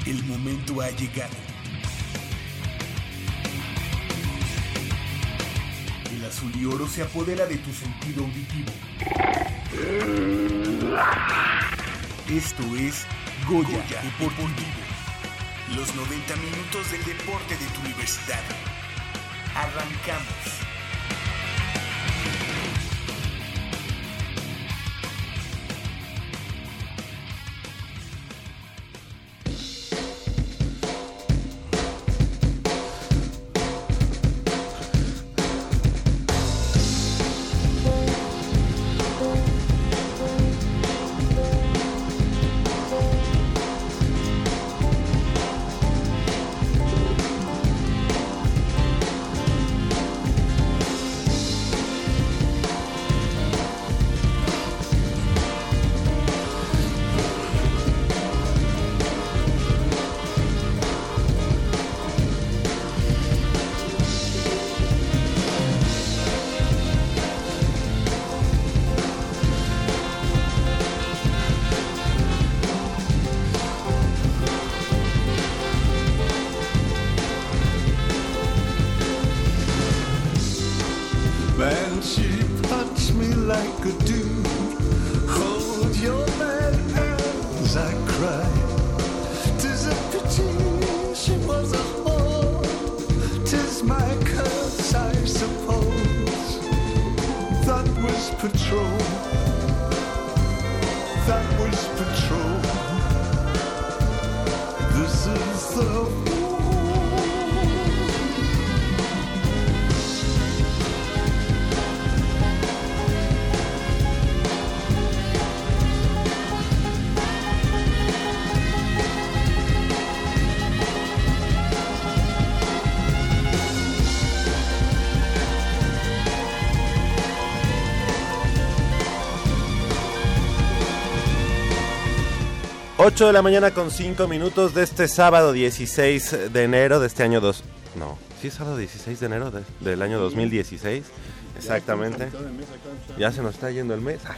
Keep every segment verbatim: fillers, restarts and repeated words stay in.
El momento ha llegado. El azul y oro se apodera de tu sentido auditivo. Esto es Goya, Goya Deportivo. Los noventa minutos del deporte de tu universidad. Arrancamos. ocho de la mañana con cinco minutos de este sábado dieciséis de enero de este año dos... No, sí es sábado dieciséis de enero de, del año dos mil dieciséis, exactamente. Ya se nos está yendo el mes.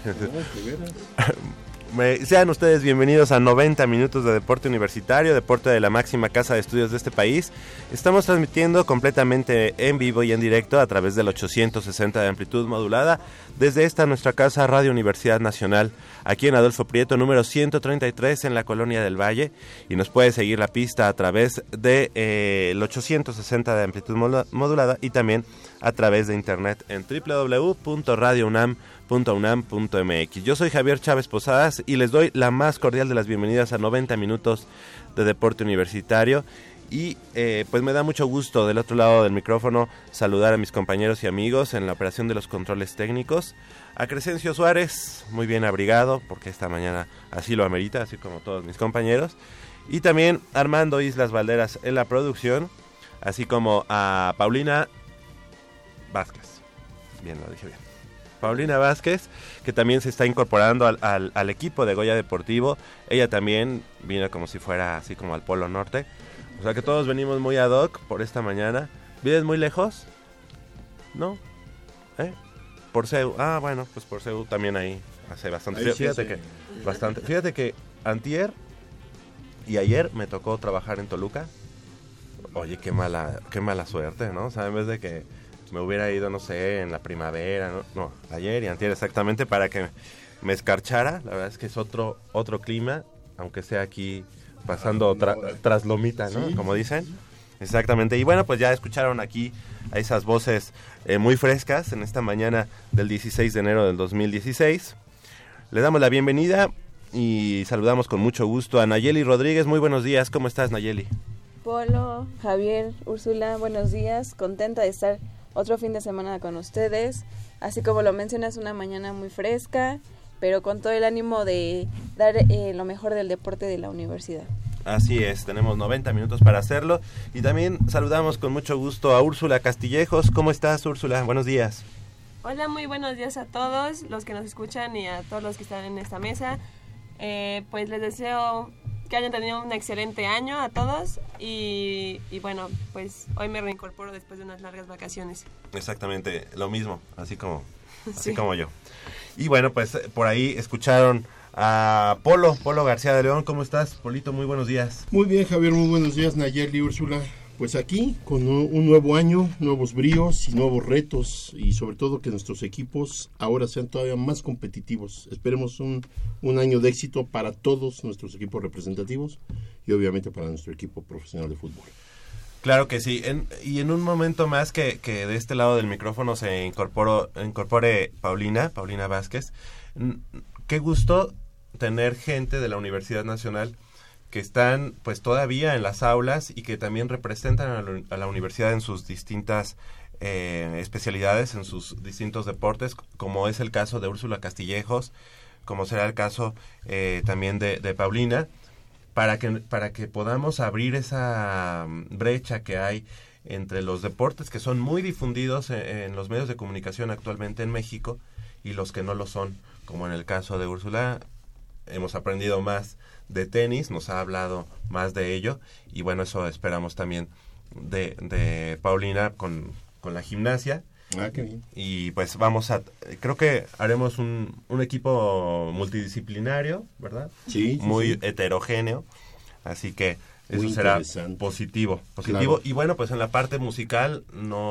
Me, sean ustedes bienvenidos a noventa minutos de deporte universitario, deporte de la máxima casa de estudios de este país. Estamos transmitiendo completamente en vivo y en directo a través del ochocientos sesenta de amplitud modulada desde esta nuestra casa Radio Universidad Nacional, aquí en Adolfo Prieto, número ciento treinta y tres en la Colonia del Valle, y nos puede seguir la pista a través de eh, el ochocientos sesenta de amplitud modulada y también a través de internet en doble u doble u doble u punto radio unam punto unam punto m x. Yo soy Javier Chávez Posadas y les doy la más cordial de las bienvenidas a noventa minutos de deporte universitario. Y eh, pues me da mucho gusto del otro lado del micrófono saludar a mis compañeros y amigos en la operación de los controles técnicos. A Crescencio Suárez, muy bien abrigado, porque esta mañana así lo amerita, así como todos mis compañeros. Y también Armando Islas Valderas en la producción, así como a Paulina Vázquez. Bien, lo dije bien. Paulina Vázquez, que también se está incorporando al, al, al equipo de Goya Deportivo. Ella también vino como si fuera así como al Polo Norte. O sea que todos venimos muy ad hoc por esta mañana. ¿Vives muy lejos? ¿No? ¿Eh? Por C E U. Ah, bueno, pues por C E U también ahí hace bastante frío. Fíjate que, bastante. Fíjate que antier y ayer me tocó trabajar en Toluca. Oye, qué mala, qué mala suerte, ¿no? O sea, en vez de que me hubiera ido, no sé, en la primavera, ¿no? No, ayer y antier exactamente para que me escarchara. La verdad es que es otro otro clima, aunque sea aquí pasando tra- tras lomita, ¿no? Sí, como dicen. Exactamente. Y bueno, pues ya escucharon aquí a esas voces eh, muy frescas en esta mañana del dieciséis de enero del dos mil dieciséis. Le damos la bienvenida y saludamos con mucho gusto a Nayeli Rodríguez. Muy buenos días. ¿Cómo estás, Nayeli? Polo, Javier, Úrsula, buenos días. Contenta de estar otro fin de semana con ustedes, así como lo mencionas, una mañana muy fresca, pero con todo el ánimo de dar eh, lo mejor del deporte de la universidad. Así es, tenemos noventa minutos para hacerlo y también saludamos con mucho gusto a Úrsula Castillejos. ¿Cómo estás, Úrsula? Buenos días. Hola, muy buenos días a todos los que nos escuchan y a todos los que están en esta mesa. Eh, pues les deseo que hayan tenido un excelente año a todos y, y bueno, pues hoy me reincorporo después de unas largas vacaciones. Exactamente, lo mismo, así como, así sí. como yo. Y bueno, pues por ahí escucharon a Polo, Polo García de León. ¿Cómo estás, Polito? Muy buenos días. Muy bien, Javier, muy buenos días, Nayeli, Úrsula. Pues aquí, con un nuevo año, nuevos bríos y nuevos retos, y sobre todo que nuestros equipos ahora sean todavía más competitivos. Esperemos un, un año de éxito para todos nuestros equipos representativos y obviamente para nuestro equipo profesional de fútbol. Claro que sí, en, y en un momento más que, que de este lado del micrófono se incorporó, incorpore Paulina, Paulina Vázquez. Qué gusto tener gente de la Universidad Nacional que están pues todavía en las aulas y que también representan a la, a la universidad en sus distintas eh, especialidades, en sus distintos deportes, como es el caso de Úrsula Castillejos, como será el caso eh, también de, de Paulina, para que, para que podamos abrir esa brecha que hay entre los deportes que son muy difundidos en, en los medios de comunicación actualmente en México y los que no lo son, como en el caso de Úrsula. Hemos aprendido más de tenis, nos ha hablado más de ello, y bueno, eso esperamos también de, de Paulina con, con la gimnasia. Ah, qué bien. Y pues vamos a, creo que haremos un, un equipo multidisciplinario, ¿verdad? Sí, sí, muy sí. heterogéneo, así que eso Muy será interesante. positivo, positivo. Claro. Y bueno, pues en la parte musical,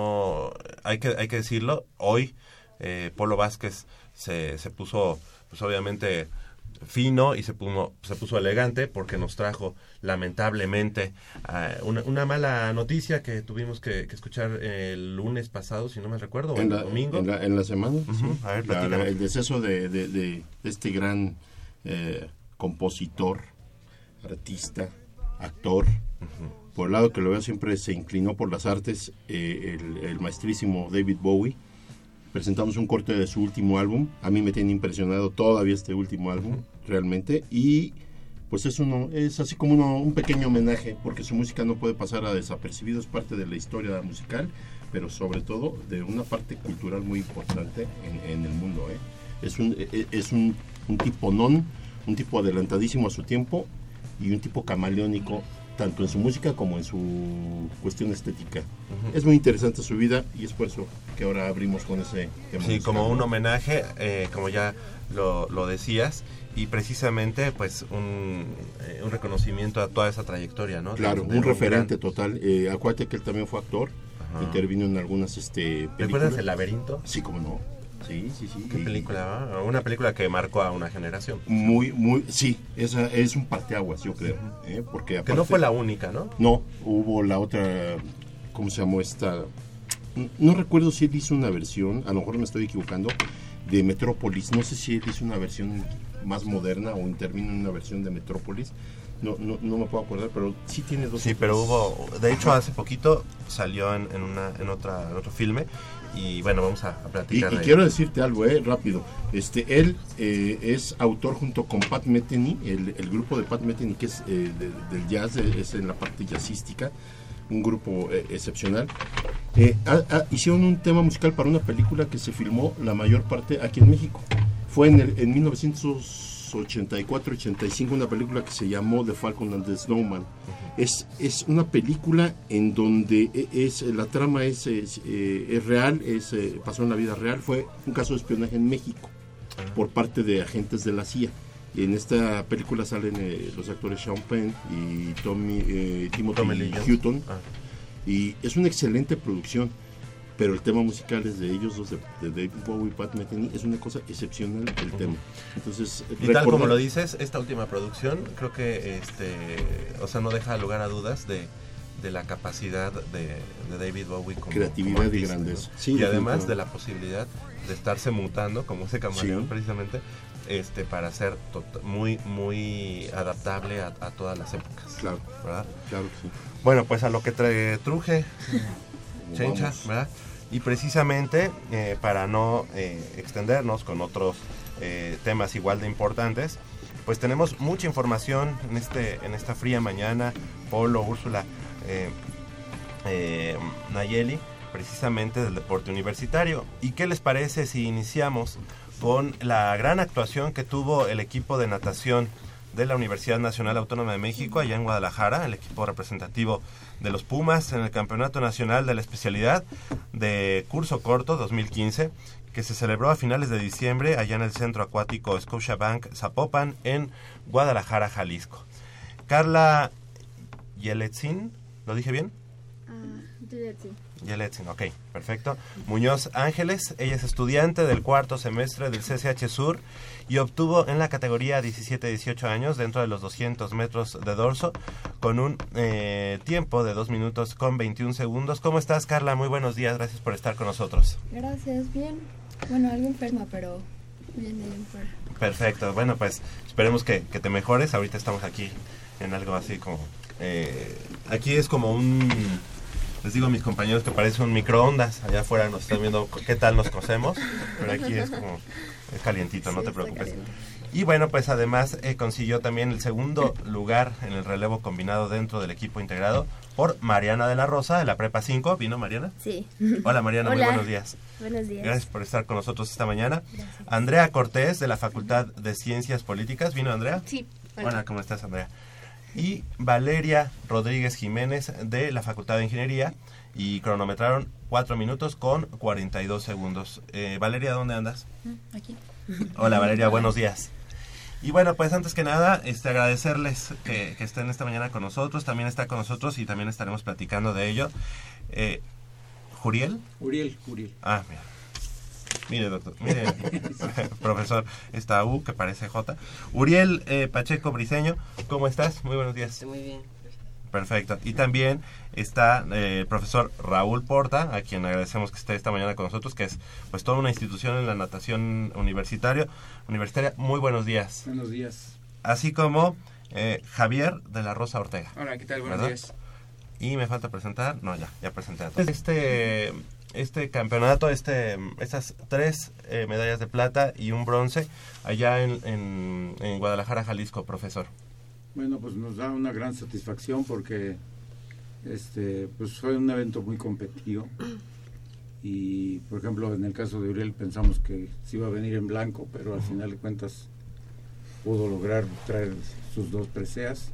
no hay que hay que decirlo, hoy eh, Polo Vázquez se, se puso, pues obviamente fino y se puso, se puso elegante porque nos trajo lamentablemente uh, una, una mala noticia que tuvimos que, que escuchar el lunes pasado, si no me recuerdo, o En el la, domingo. En la, en la semana, Uh-huh. sí. A ver, La- la- platícanos. el deceso de, de, de este gran eh, compositor, artista, actor. Uh-huh. Por el lado que lo veo, siempre se inclinó por las artes, eh, el, el maestrísimo David Bowie. Presentamos un corte de su último álbum. A mí me tiene impresionado todavía este último álbum, uh-huh. realmente. Y pues es uno es así como uno, un pequeño homenaje, porque su música no puede pasar a desapercibido, es parte de la historia musical, pero sobre todo de una parte cultural muy importante en, en el mundo. ¿eh? Es un es un, un tipo non, un tipo adelantadísimo a su tiempo y un tipo camaleónico, tanto en su música como en su cuestión estética. Uh-huh. Es muy interesante su vida y es por eso que ahora abrimos con ese tema. Sí, musical. como un homenaje, eh, como ya lo, lo decías, y precisamente pues un, eh, un reconocimiento a toda esa trayectoria, ¿no? Claro, de, de un referente gran... total. Eh, acuérdate que él también fue actor, uh-huh. intervino en algunas este, películas. ¿Recuerdas El Laberinto? Sí, cómo no. Sí, sí, sí. ¿Qué película? ¿Va? Una película que marcó a una generación. Muy, muy, sí, esa es un parteaguas, yo creo. ¿eh? Porque aparte, que no fue la única, ¿no? No, hubo la otra, ¿cómo se llamó esta? No recuerdo si él hizo una versión, a lo mejor me estoy equivocando, de Metrópolis. No sé si él hizo una versión más moderna o intervino en una versión de Metrópolis. No, no, no me puedo acordar, pero sí tiene dos. Sí, pero hubo, de hecho hace poquito salió en, en una, en otra, en otro filme. Y bueno, vamos a, a platicar. Y, y de quiero decirte algo, eh, rápido. Este, él eh, es autor junto con Pat Metheny, el, el grupo de Pat Metheny que es eh, de, del jazz, es en la parte jazzística, un grupo eh, excepcional. Eh, a, a, hicieron un tema musical para una película que se filmó la mayor parte aquí en México. Fue en, el, en mil novecientos ochenta y cuatro ochenta y cinco una película que se llamó The Falcon and the Snowman. Uh-huh. Es, es una película en donde es, la trama es, es, eh, es real, es, eh, pasó en la vida real. Fue un caso de espionaje en México uh-huh. por parte de agentes de la C I A. Y en esta película salen eh, los actores Sean Penn y Tommy, eh, Timothy Tommy Hutton. Uh-huh. Y es una excelente producción. Pero el tema musical es de ellos dos, de, de David Bowie y Pat Metheny, es una cosa excepcional el uh-huh. tema. Entonces, y recordar... tal como lo dices, esta última producción, creo que este, o sea, no deja lugar a dudas de, de la capacidad de, de David Bowie como creatividad como artista, y grandeza. ¿no? Sí, y además de la posibilidad de estarse mutando, como ese camaleón, sí. precisamente, este, para ser tot- muy, muy adaptable a, a todas las épocas. Claro, ¿verdad? Claro que sí. Bueno, pues a lo que tra- truje, Chencha, ¿verdad? Y precisamente eh, para no eh, extendernos con otros eh, temas igual de importantes, pues tenemos mucha información en este en esta fría mañana. Polo, Úrsula, eh, eh, Nayeli, precisamente del deporte universitario. ¿Y qué les parece si iniciamos con la gran actuación que tuvo el equipo de natación de la Universidad Nacional Autónoma de México, allá en Guadalajara, el equipo representativo de los Pumas en el Campeonato Nacional de la Especialidad de Curso Corto dos mil quince, que se celebró a finales de diciembre allá en el Centro Acuático Scotiabank Zapopan, en Guadalajara, Jalisco. Carla Yeletzin, ¿lo dije bien? Uh, Yeletzin. Yeletzin, ok, perfecto. Muñoz Ángeles, ella es estudiante del cuarto semestre del C C H Sur y obtuvo en la categoría diecisiete a dieciocho años, dentro de los doscientos metros de dorso, con un eh, tiempo de dos minutos con veintiún segundos. ¿Cómo estás, Carla? Muy buenos días, gracias por estar con nosotros. Gracias, bien. Bueno, algo enferma, pero bien, bien. Por... Perfecto, bueno, pues esperemos que, que te mejores. Ahorita estamos aquí en algo así como... Eh, aquí es como un... Les digo a mis compañeros que parece un microondas. Allá afuera nos están viendo qué tal nos cocemos, pero aquí es como... Es calientito, sí, no te preocupes. Y bueno, pues además eh, consiguió también el segundo lugar en el relevo combinado dentro del equipo integrado por Mariana de la Rosa, de la Prepa cinco. ¿Vino Mariana? Sí. Hola Mariana, Hola. muy buenos días. Buenos días. Gracias por estar con nosotros esta mañana. Gracias. Andrea Cortés, de la Facultad de Ciencias Políticas. ¿Vino Andrea? Sí. Hola, hola ¿cómo estás, Andrea? Y Valeria Rodríguez Jiménez, de la Facultad de Ingeniería, y cronometraron cuatro minutos con cuarenta y dos segundos. Eh, Valeria, ¿dónde andas? Aquí. Hola Valeria, buenos días. Y bueno, pues antes que nada, este agradecerles que, que estén esta mañana con nosotros. También está con nosotros y también estaremos platicando de ello. Eh, ¿Juriel? Uriel, Uriel. Ah, mira. Mire, doctor, mire, profesor, está U, que parece J. Uriel eh, Pacheco Briceño, ¿cómo estás? Muy buenos días. Estoy muy bien. Perfecto. Y también está eh, el profesor Raúl Porta, a quien agradecemos que esté esta mañana con nosotros, que es pues toda una institución en la natación universitario, universitaria. Muy buenos días. Buenos días. Así como eh, Javier de la Rosa Ortega. Hola, ¿qué tal? Buenos ¿verdad? días. Y me falta presentar, no, ya, ya presenté a todos. Este, este campeonato, este, estas tres eh, medallas de plata y un bronce allá en, en, en Guadalajara, Jalisco, profesor. Bueno, pues nos da una gran satisfacción porque este pues fue un evento muy competitivo y, por ejemplo, en el caso de Uriel pensamos que se iba a venir en blanco, pero al final de cuentas pudo lograr traer sus dos preseas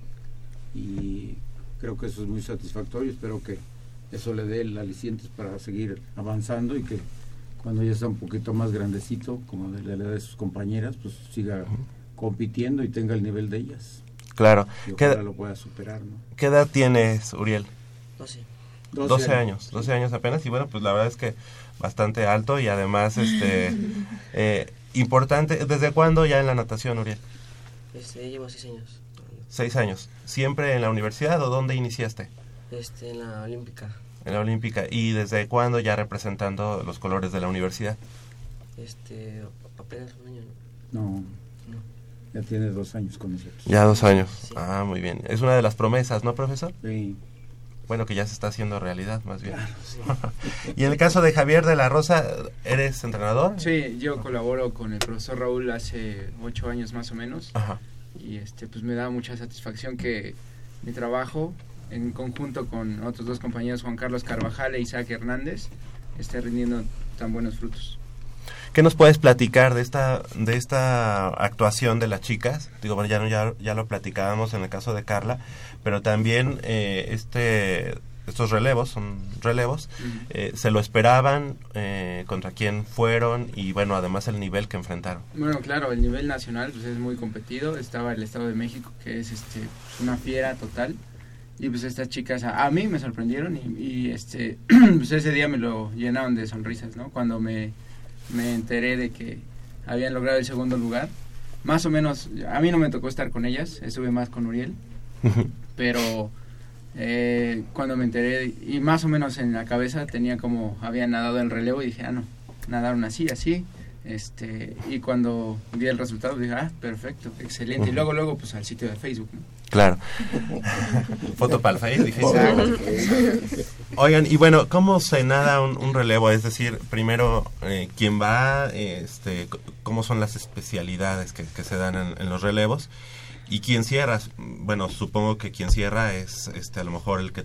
y creo que eso es muy satisfactorio. Espero que eso le dé el aliciente para seguir avanzando y que cuando ya está un poquito más grandecito, como de la edad de sus compañeras, pues siga compitiendo y tenga el nivel de ellas. Claro. Y ¿Qué, ojalá lo pueda superar, ¿no? ¿Qué edad tienes, Uriel? doce. doce años, doce años apenas, y bueno, pues la verdad es que bastante alto y además este eh, importante. ¿Desde cuándo ya en la natación, Uriel? Este, llevo seis años. Seis años. ¿Siempre en la universidad o dónde iniciaste? Este, en la Olímpica. En la Olímpica. ¿Y desde cuándo ya representando los colores de la universidad? Este, apenas un año, ¿no? No, No. ya tiene dos años con nosotros. Ya dos años. Sí. Ah, muy bien. Es una de las promesas, ¿no, profesor? Sí. Bueno, que ya se está haciendo realidad, más bien. Sí. Y en el caso de Javier de la Rosa, ¿eres entrenador? Sí, yo colaboro con el profesor Raúl hace ocho años más o menos. Ajá. Y este pues me da mucha satisfacción que mi trabajo, en conjunto con otros dos compañeros, Juan Carlos Carvajal e Isaac Hernández, esté rindiendo tan buenos frutos. ¿Qué nos puedes platicar de esta de esta actuación de las chicas? Digo, bueno, ya, ya, ya lo platicábamos en el caso de Carla, pero también eh, este estos relevos, son relevos, Uh-huh. eh, ¿se lo esperaban? Eh, ¿Contra quién fueron? Y bueno, además el nivel que enfrentaron. Bueno, claro, el nivel nacional pues es muy competido. Estaba el Estado de México, que es este una fiera total. Y pues estas chicas a, a mí me sorprendieron y, y este pues ese día me lo llenaron de sonrisas, ¿no? Cuando me, me enteré de que habían logrado el segundo lugar. Más o menos, a mí no me tocó estar con ellas, estuve más con Uriel, pero eh, cuando me enteré, y más o menos en la cabeza tenía como habían nadado el relevo y dije, ah no, nadaron así, así. Este, y cuando vi el resultado dije, ah, perfecto, excelente. Y luego, luego, pues al sitio de Facebook, ¿no? Claro. Foto para el Facebook, dije. Exacto. Oigan, y bueno, ¿cómo se nada un, un relevo? Es decir, primero, eh, ¿quién va? Este, ¿cómo son las especialidades que, que se dan en, en los relevos? ¿Y quién cierra? Bueno, supongo que quien cierra es, este, a lo mejor el que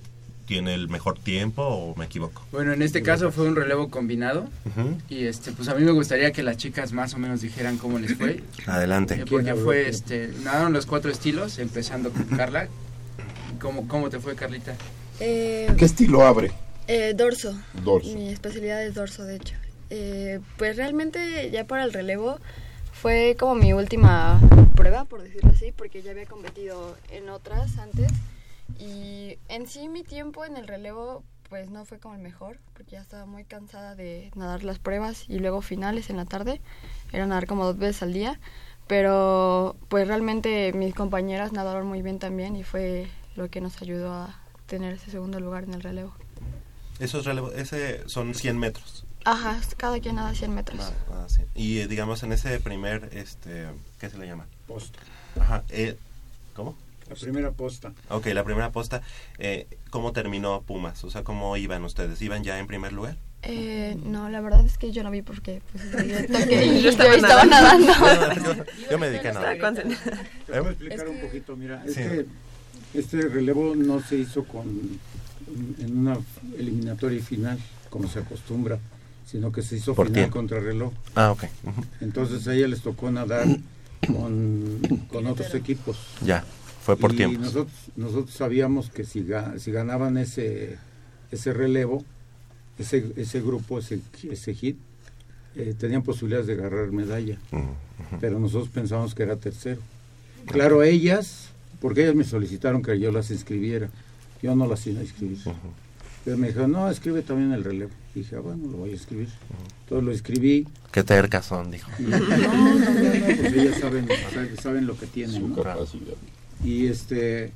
tiene el mejor tiempo o me equivoco? Bueno, en este caso fue un relevo combinado. Uh-huh. Y este pues a mí me gustaría que las chicas más o menos dijeran cómo les fue. Adelante. Eh, porque fue, este, nadaron los cuatro estilos, empezando con Carla. ¿Cómo, cómo te fue, Carlita? Eh, ¿Qué estilo abre? Eh, dorso. Dorso. Mi especialidad es dorso, de hecho. Eh, pues realmente ya para el relevo fue como mi última prueba, por decirlo así, porque ya había competido en otras antes. Y en sí mi tiempo en el relevo pues no fue como el mejor, porque ya estaba muy cansada de nadar las pruebas y luego finales en la tarde. Era nadar como dos veces al día, pero pues realmente mis compañeras nadaron muy bien también y fue lo que nos ayudó a tener ese segundo lugar en el relevo. Esos relevos, ese son cien metros. Ajá, cada quien nada cien metros. Ah, ah, sí. Y eh, digamos en ese primer, este, ¿qué se le llama? Posta. Ajá, eh, ¿cómo? La primera posta. Ok, la primera posta, eh, ¿cómo terminó Pumas? O sea, ¿cómo iban ustedes? ¿Iban ya en primer lugar? Eh, no, la verdad es que yo no vi porque pues, yo estaba, estaba nadando. yo, yo me dediqué a nadar. Te voy a explicar un poquito, mira, Sí. este, este relevo no se hizo con en una eliminatoria final, como se acostumbra, sino que se hizo ¿Por final qué? contra reloj. Ah, ok. Uh-huh. Entonces a ella les tocó nadar con, con otros equipos. Ya, fue por y tiempos. Nosotros, nosotros sabíamos que si, ga, si ganaban ese ese relevo, ese ese grupo, ese, ese hit, eh, tenían posibilidades de agarrar medalla. Uh-huh. Pero nosotros pensábamos que era tercero. Claro, ellas, porque ellas me solicitaron que yo las inscribiera. Yo no las iba a inscribir. Uh-huh. Pero me dijeron, no, escribe también el relevo. Dije, ah, bueno, lo voy a escribir. Uh-huh. Entonces lo escribí. Qué tercas son, dijo. Y, no, no, no, no, pues ellas saben, saben, saben lo que tienen, ¿no? Capacidad. Y este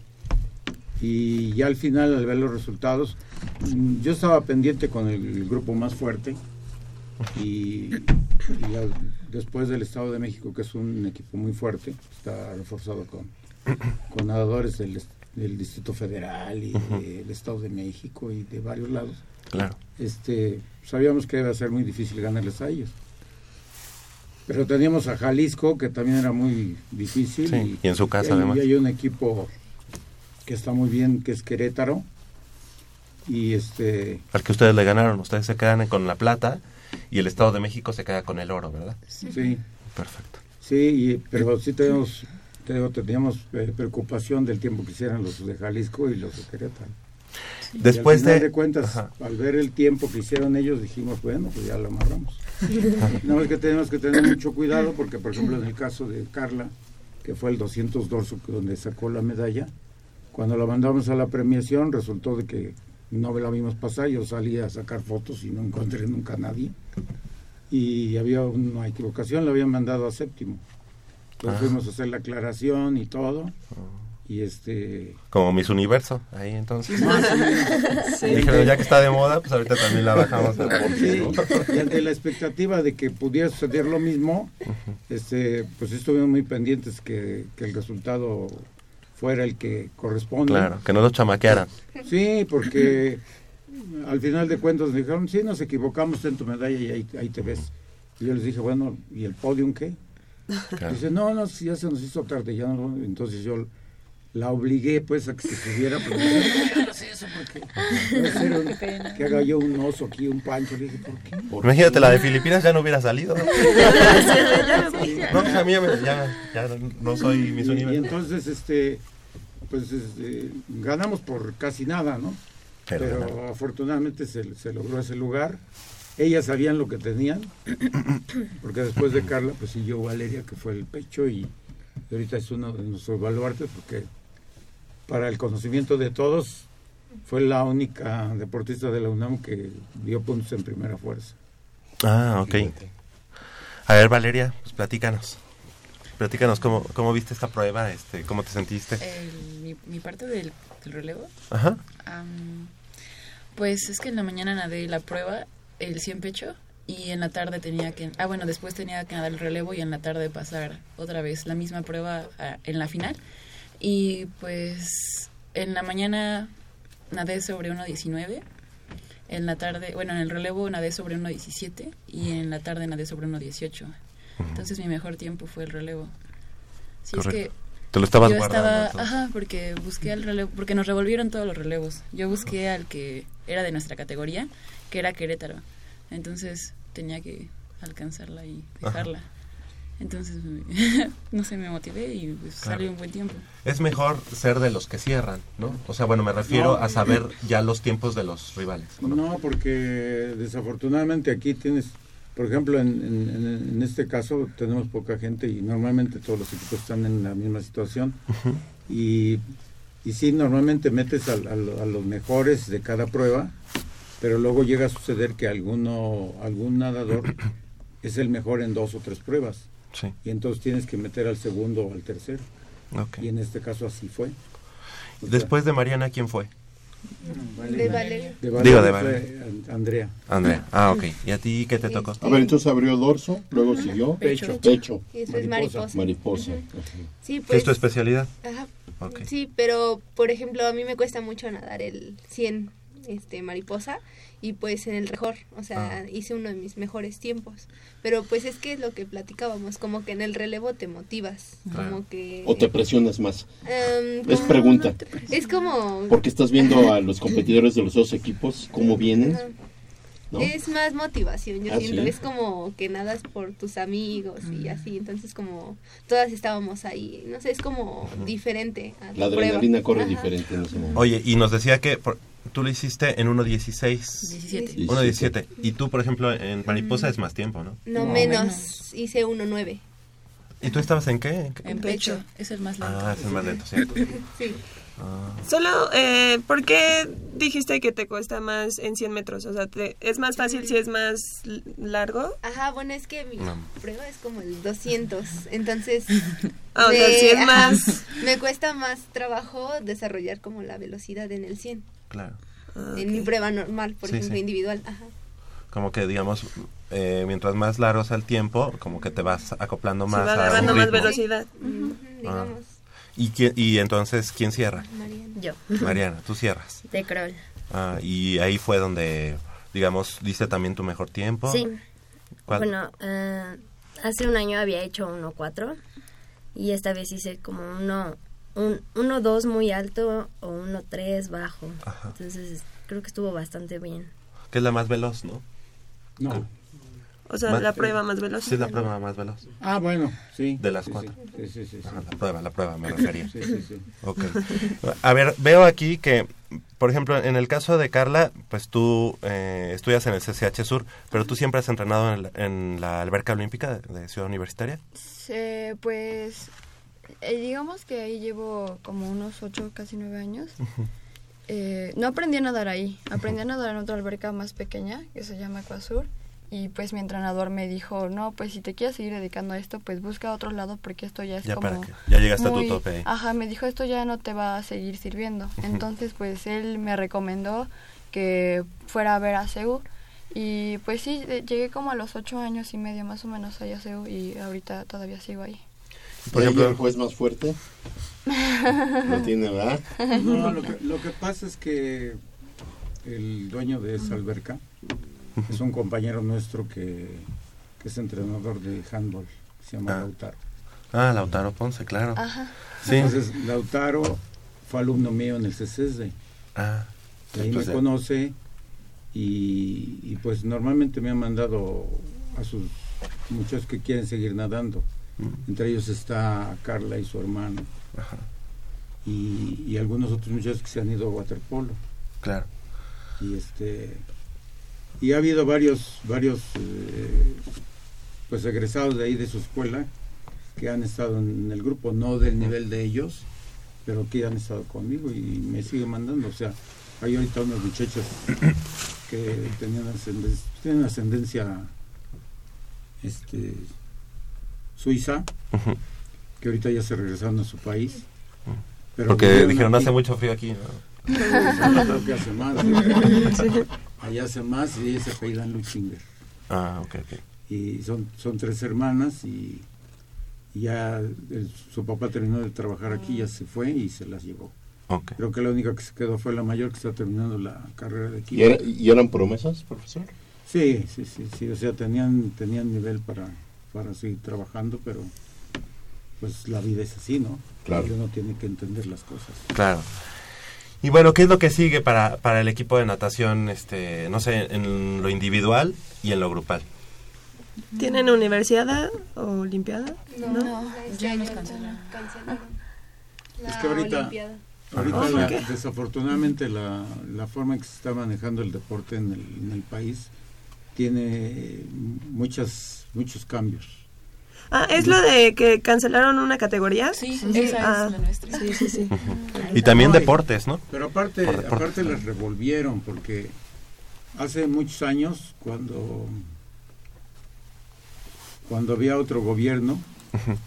y ya al final, al ver los resultados, yo estaba pendiente con el grupo más fuerte. Y, y al, después del Estado de México, que es un equipo muy fuerte, está reforzado con, con nadadores del, del Distrito Federal y uh-huh. del Estado de México y de varios lados. Claro. Este, sabíamos que iba a ser muy difícil ganarles a ellos. Pero teníamos a Jalisco, que también era muy difícil. Sí, y, y en su casa, y hay, además. Y hay un equipo que está muy bien, que es Querétaro. Y este... Al que ustedes le ganaron, ustedes se quedan con la plata. Y el Estado de México se queda con el oro, ¿verdad? Sí. Perfecto. Sí, y, pero sí tenemos, tenemos, teníamos eh, preocupación del tiempo que hicieran los de Jalisco y los de Querétaro. Después y al final de... de cuentas, ajá. al ver el tiempo que hicieron ellos, dijimos, bueno, pues ya lo amarramos. Nada más que tenemos que tener mucho cuidado, porque por ejemplo en el caso de Carla, que fue el doscientos dorso donde sacó la medalla, cuando la mandamos a la premiación, resultó de que no la vimos pasar, yo salí a sacar fotos y no encontré nunca a nadie. Y había una equivocación, la habían mandado a séptimo. Entonces ah. fuimos a hacer la aclaración y todo. Y este... Como Miss Universo, ahí entonces. Ah, sí. Sí. Dijeron, ya que está de moda, pues ahorita también la bajamos. Sí. Y ante la expectativa de que pudiera suceder lo mismo, uh-huh. este, pues estuvimos muy pendientes que, que el resultado fuera el que corresponde. Claro, que no los chamaquearan. Sí, porque al final de cuentas me dijeron, sí, nos equivocamos en tu medalla y ahí, ahí te ves. Y yo les dije, bueno, ¿y el podium qué? Claro. Dice, no, no, ya se nos hizo tarde, ya no. Entonces yo la obligué pues a que se subiera, pero no, no sé eso porque un, que haga yo un oso aquí, un pancho. Le dije, ¿por qué? ¿Por Imagínate, qué? La de Filipinas ya no hubiera salido. No, pues a mí ya, ya no soy Miss Universo. Y entonces, este, pues este, ganamos por casi nada, ¿no? Pero, pero no. afortunadamente se, se logró ese lugar. Ellas sabían lo que tenían, porque después de Carla, pues siguió Valeria, que fue el pecho, y ahorita es uno de nuestros baluartes, porque para el conocimiento de todos, fue la única deportista de la UNAM que dio puntos en primera fuerza. Ah, ok. A ver, Valeria, pues platícanos. Platícanos cómo, cómo viste esta prueba, este, cómo te sentiste. El, mi, mi parte del, del relevo. Ajá. Um, pues es que en la mañana nadé la prueba, el cien pecho, y en la tarde tenía que... Ah, bueno, después tenía que nadar el relevo y en la tarde pasar otra vez la misma prueba uh, en la final. Y pues en la mañana nadé sobre uno diecinueve, en la tarde, bueno, en el relevo nadé sobre uno diecisiete y en la tarde nadé sobre uno dieciocho. Entonces mi mejor tiempo fue el relevo. Sí, Correcto. es que Te lo estabas Yo guardando. estaba, entonces. ajá, porque busqué al relevo, porque nos revolvieron todos los relevos. Yo busqué al que era de nuestra categoría, que era Querétaro. Entonces tenía que alcanzarla y dejarla. Ajá. Entonces, no sé, me motivé y pues claro. Salió un buen tiempo. Es mejor ser de los que cierran, ¿no? O sea, bueno, me refiero no, a saber ya los tiempos de los rivales. ¿no? No, porque desafortunadamente aquí tienes, por ejemplo, en, en, en este caso tenemos poca gente y normalmente todos los equipos están en la misma situación. Uh-huh. Y, y sí, normalmente metes a, a, a los mejores de cada prueba, pero luego llega a suceder que alguno, algún nadador es el mejor en dos o tres pruebas. Sí. Y entonces tienes que meter al segundo o al tercero. Okay. Y en este caso así fue. O Después sea, de Mariana, ¿quién fue? De Valeria. De Valeria. Digo, de Valeria. Andrea. Andrea. Ah, ok. ¿Y a ti qué te tocó? A ver, entonces abrió dorso, luego uh-huh. siguió pecho. Pecho. Y eso es mariposa. Mariposa. Uh-huh. Sí, pues, ¿qué es tu especialidad? Ajá. Okay. Sí, pero por ejemplo, a mí me cuesta mucho nadar el cien este mariposa y pues en el mejor, o sea, ah. hice uno de mis mejores tiempos, pero pues es que es lo que platicábamos, como que en el relevo te motivas, claro. como que o te presionas más. Um, es pregunta. No es como porque estás viendo a los competidores de los dos equipos cómo vienen. ¿no? Es más motivación, yo ¿Ah, siento, sí? Es como que nadas por tus amigos y así, entonces como todas estábamos ahí, no sé, es como uh-huh. diferente a la adrenalina corre Ajá. diferente en ese momento. Oye, y nos decía que por, tú lo hiciste en uno dieciséis. diecisiete. uno diecisiete. Y tú, por ejemplo, en mariposa mm. es más tiempo, ¿no? No, no menos. menos, hice uno nueve. ¿Y tú estabas en qué? ¿En, qué? en pecho. Es el más lento. Ah, es el más lento, cierto. Sí. Ah. Solo, eh, ¿por qué dijiste que te cuesta más en cien metros? O sea, te, ¿es más fácil si es más largo? Ajá, bueno, es que mi no. prueba es como el doscientos, entonces ah, me, o sea, cien más. me cuesta más trabajo desarrollar como la velocidad en el cien. Claro. Ah, en okay. mi prueba normal, por sí, ejemplo, sí. individual. Ajá. Como que, digamos, eh, mientras más largo sea el tiempo, como que te vas acoplando más Se va agarrando más velocidad. Uh-huh, digamos. Ah. ¿Y, quién, y entonces, ¿quién cierra? Mariana. Yo. Mariana, tú cierras. De crawl. Ah, y ahí fue donde, digamos, diste también tu mejor tiempo. Sí. ¿Cuál? Bueno, uh, hace un año había hecho uno cuatro y esta vez hice como uno un uno dos muy alto o uno tres bajo. Ajá. Entonces, creo que estuvo bastante bien. Que es la más veloz, ¿no? No. O sea, más, la prueba más veloz. Sí, la prueba más veloz. Ah, bueno, sí. De las sí, cuatro. Sí, sí, sí. sí. Ajá, la prueba, la prueba, me refería. Sí, sí, sí. Ok. A ver, veo aquí que, por ejemplo, en el caso de Carla, pues tú eh, estudias en el C C H Sur, pero tú siempre has entrenado en, el, en la alberca olímpica de, de Ciudad Universitaria. Sí, pues, eh, digamos que ahí llevo como unos ocho, casi nueve años. Uh-huh. Eh, no aprendí a nadar ahí, aprendí a nadar en otra alberca más pequeña que se llama Ecuasur y pues mi entrenador me dijo, no, pues si te quieres seguir dedicando a esto, pues busca otro lado porque esto ya es ya como... Para que, ya llegaste muy, a tu tope ahí. Ajá, me dijo, esto ya no te va a seguir sirviendo. Uh-huh. Entonces pues él me recomendó que fuera a ver a C E U y pues sí, llegué como a los ocho años y medio más o menos allá a C E U y ahorita todavía sigo ahí. Por ejemplo, el juez más fuerte no tiene, ¿verdad? No, lo que, lo que pasa es que el dueño de esa alberca es un compañero nuestro que, que es entrenador de handball, se llama ah. Lautaro. Ah, Lautaro Ponce, claro. Ajá. Sí. Entonces, Lautaro fue alumno mío en el C C S D. Ah. Y ahí me conoce y, y pues normalmente me ha mandado a sus muchachos que quieren seguir nadando. Entre ellos está Carla y su hermano. Ajá. Y, y algunos otros muchachos que se han ido a waterpolo. Claro. Y este y ha habido varios varios eh, pues egresados de ahí de su escuela que han estado en el grupo, no del nivel de ellos, pero que han estado conmigo y me siguen mandando. O sea, hay ahorita unos muchachos que tenían ascendencia, tienen ascendencia este suiza, uh-huh. que ahorita ya se regresaron a su país. Pero porque dijeron, aquí, hace mucho frío aquí, ¿no? Creo que hace más. Sí. Allá hace más y ellos se apellidan Luchinger. Ah, ok, ok. Y son, son tres hermanas y, y ya el, su papá terminó de trabajar aquí, ya se fue y se las llevó. Okay. Creo que la única que se quedó fue la mayor que está terminando la carrera de aquí. ¿Y, era, y eran promesas, profesor? Sí, sí, sí, sí, o sea, tenían, tenían nivel para... para seguir trabajando, pero pues la vida es así, ¿no? Claro. Y uno tiene que entender las cosas. Claro. Y bueno, ¿qué es lo que sigue para, para el equipo de natación, este, no sé, en lo individual y en lo grupal? ¿Tienen universidad o olimpiada? No, no, no ya nos cancelaron. Es que ahorita, ahorita Oh, la- ¿por qué? desafortunadamente la, la forma en que se está manejando el deporte en el, en el país tiene muchas muchos cambios. Ah, ¿es lo de que cancelaron una categoría? Sí, Sí. esa Ah, es la nuestra. sí, sí, sí. Y también No, y- deportes, ¿no? Pero aparte, Por deporte. aparte les revolvieron porque hace muchos años cuando cuando había otro gobierno, Ujú.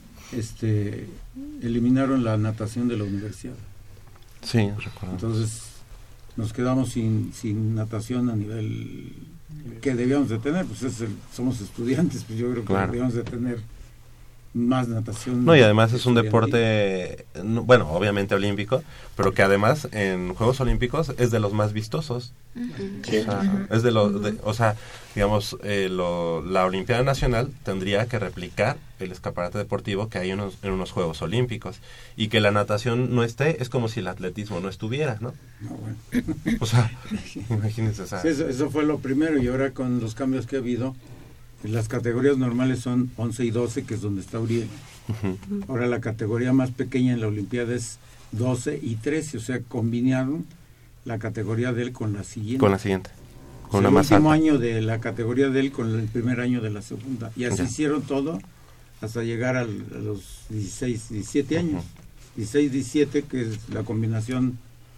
este eliminaron la natación de la universidad. Sí, recuerdo. Entonces nos quedamos sin, sin natación a nivel que debíamos de tener, pues es el- somos estudiantes, pues yo creo que Claro. debíamos de tener más natación. No, y además es un estudiantil. deporte, no, bueno, obviamente olímpico, pero que además en Juegos Olímpicos es de los más vistosos. Sí. O sea, es de los, de- o sea, digamos, eh, lo- la Olimpiada Nacional tendría que replicar el escaparate deportivo que hay en unos, en unos Juegos Olímpicos. Y que la natación no esté, es como si el atletismo no estuviera, ¿no? No, bueno. O sea, imagínense, o sea, Sí, eso, eso fue lo primero, y ahora con los cambios que ha habido, las categorías normales son once y doce, que es donde está Uriel. ujú, Ahora la categoría más pequeña en la Olimpiada es doce y trece, o sea, combinaron la categoría de él con la siguiente. con la siguiente, O con sea, una el más último alta. año de la categoría de él con el primer año de la segunda. Y así Ya. hicieron todo hasta llegar al- a los dieciséis, diecisiete años. dieciséis, diecisiete, que es la combinación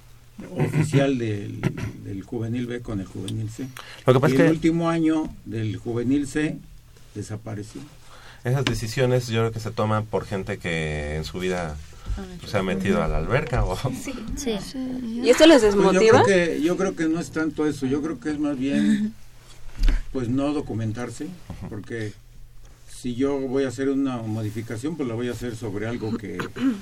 oficial del, del juvenil B con el juvenil C. Lo que pasa y es el que último año del juvenil C desapareció. esas decisiones yo creo que se toman por gente que en su vida se ha metido a la alberca o... Sí. ¿Y esto les Pues yo, desmotiva? creo que, yo creo que no es tanto eso, yo creo que es más bien pues no documentarse, porque si yo voy a hacer una modificación, pues la voy a hacer sobre algo que,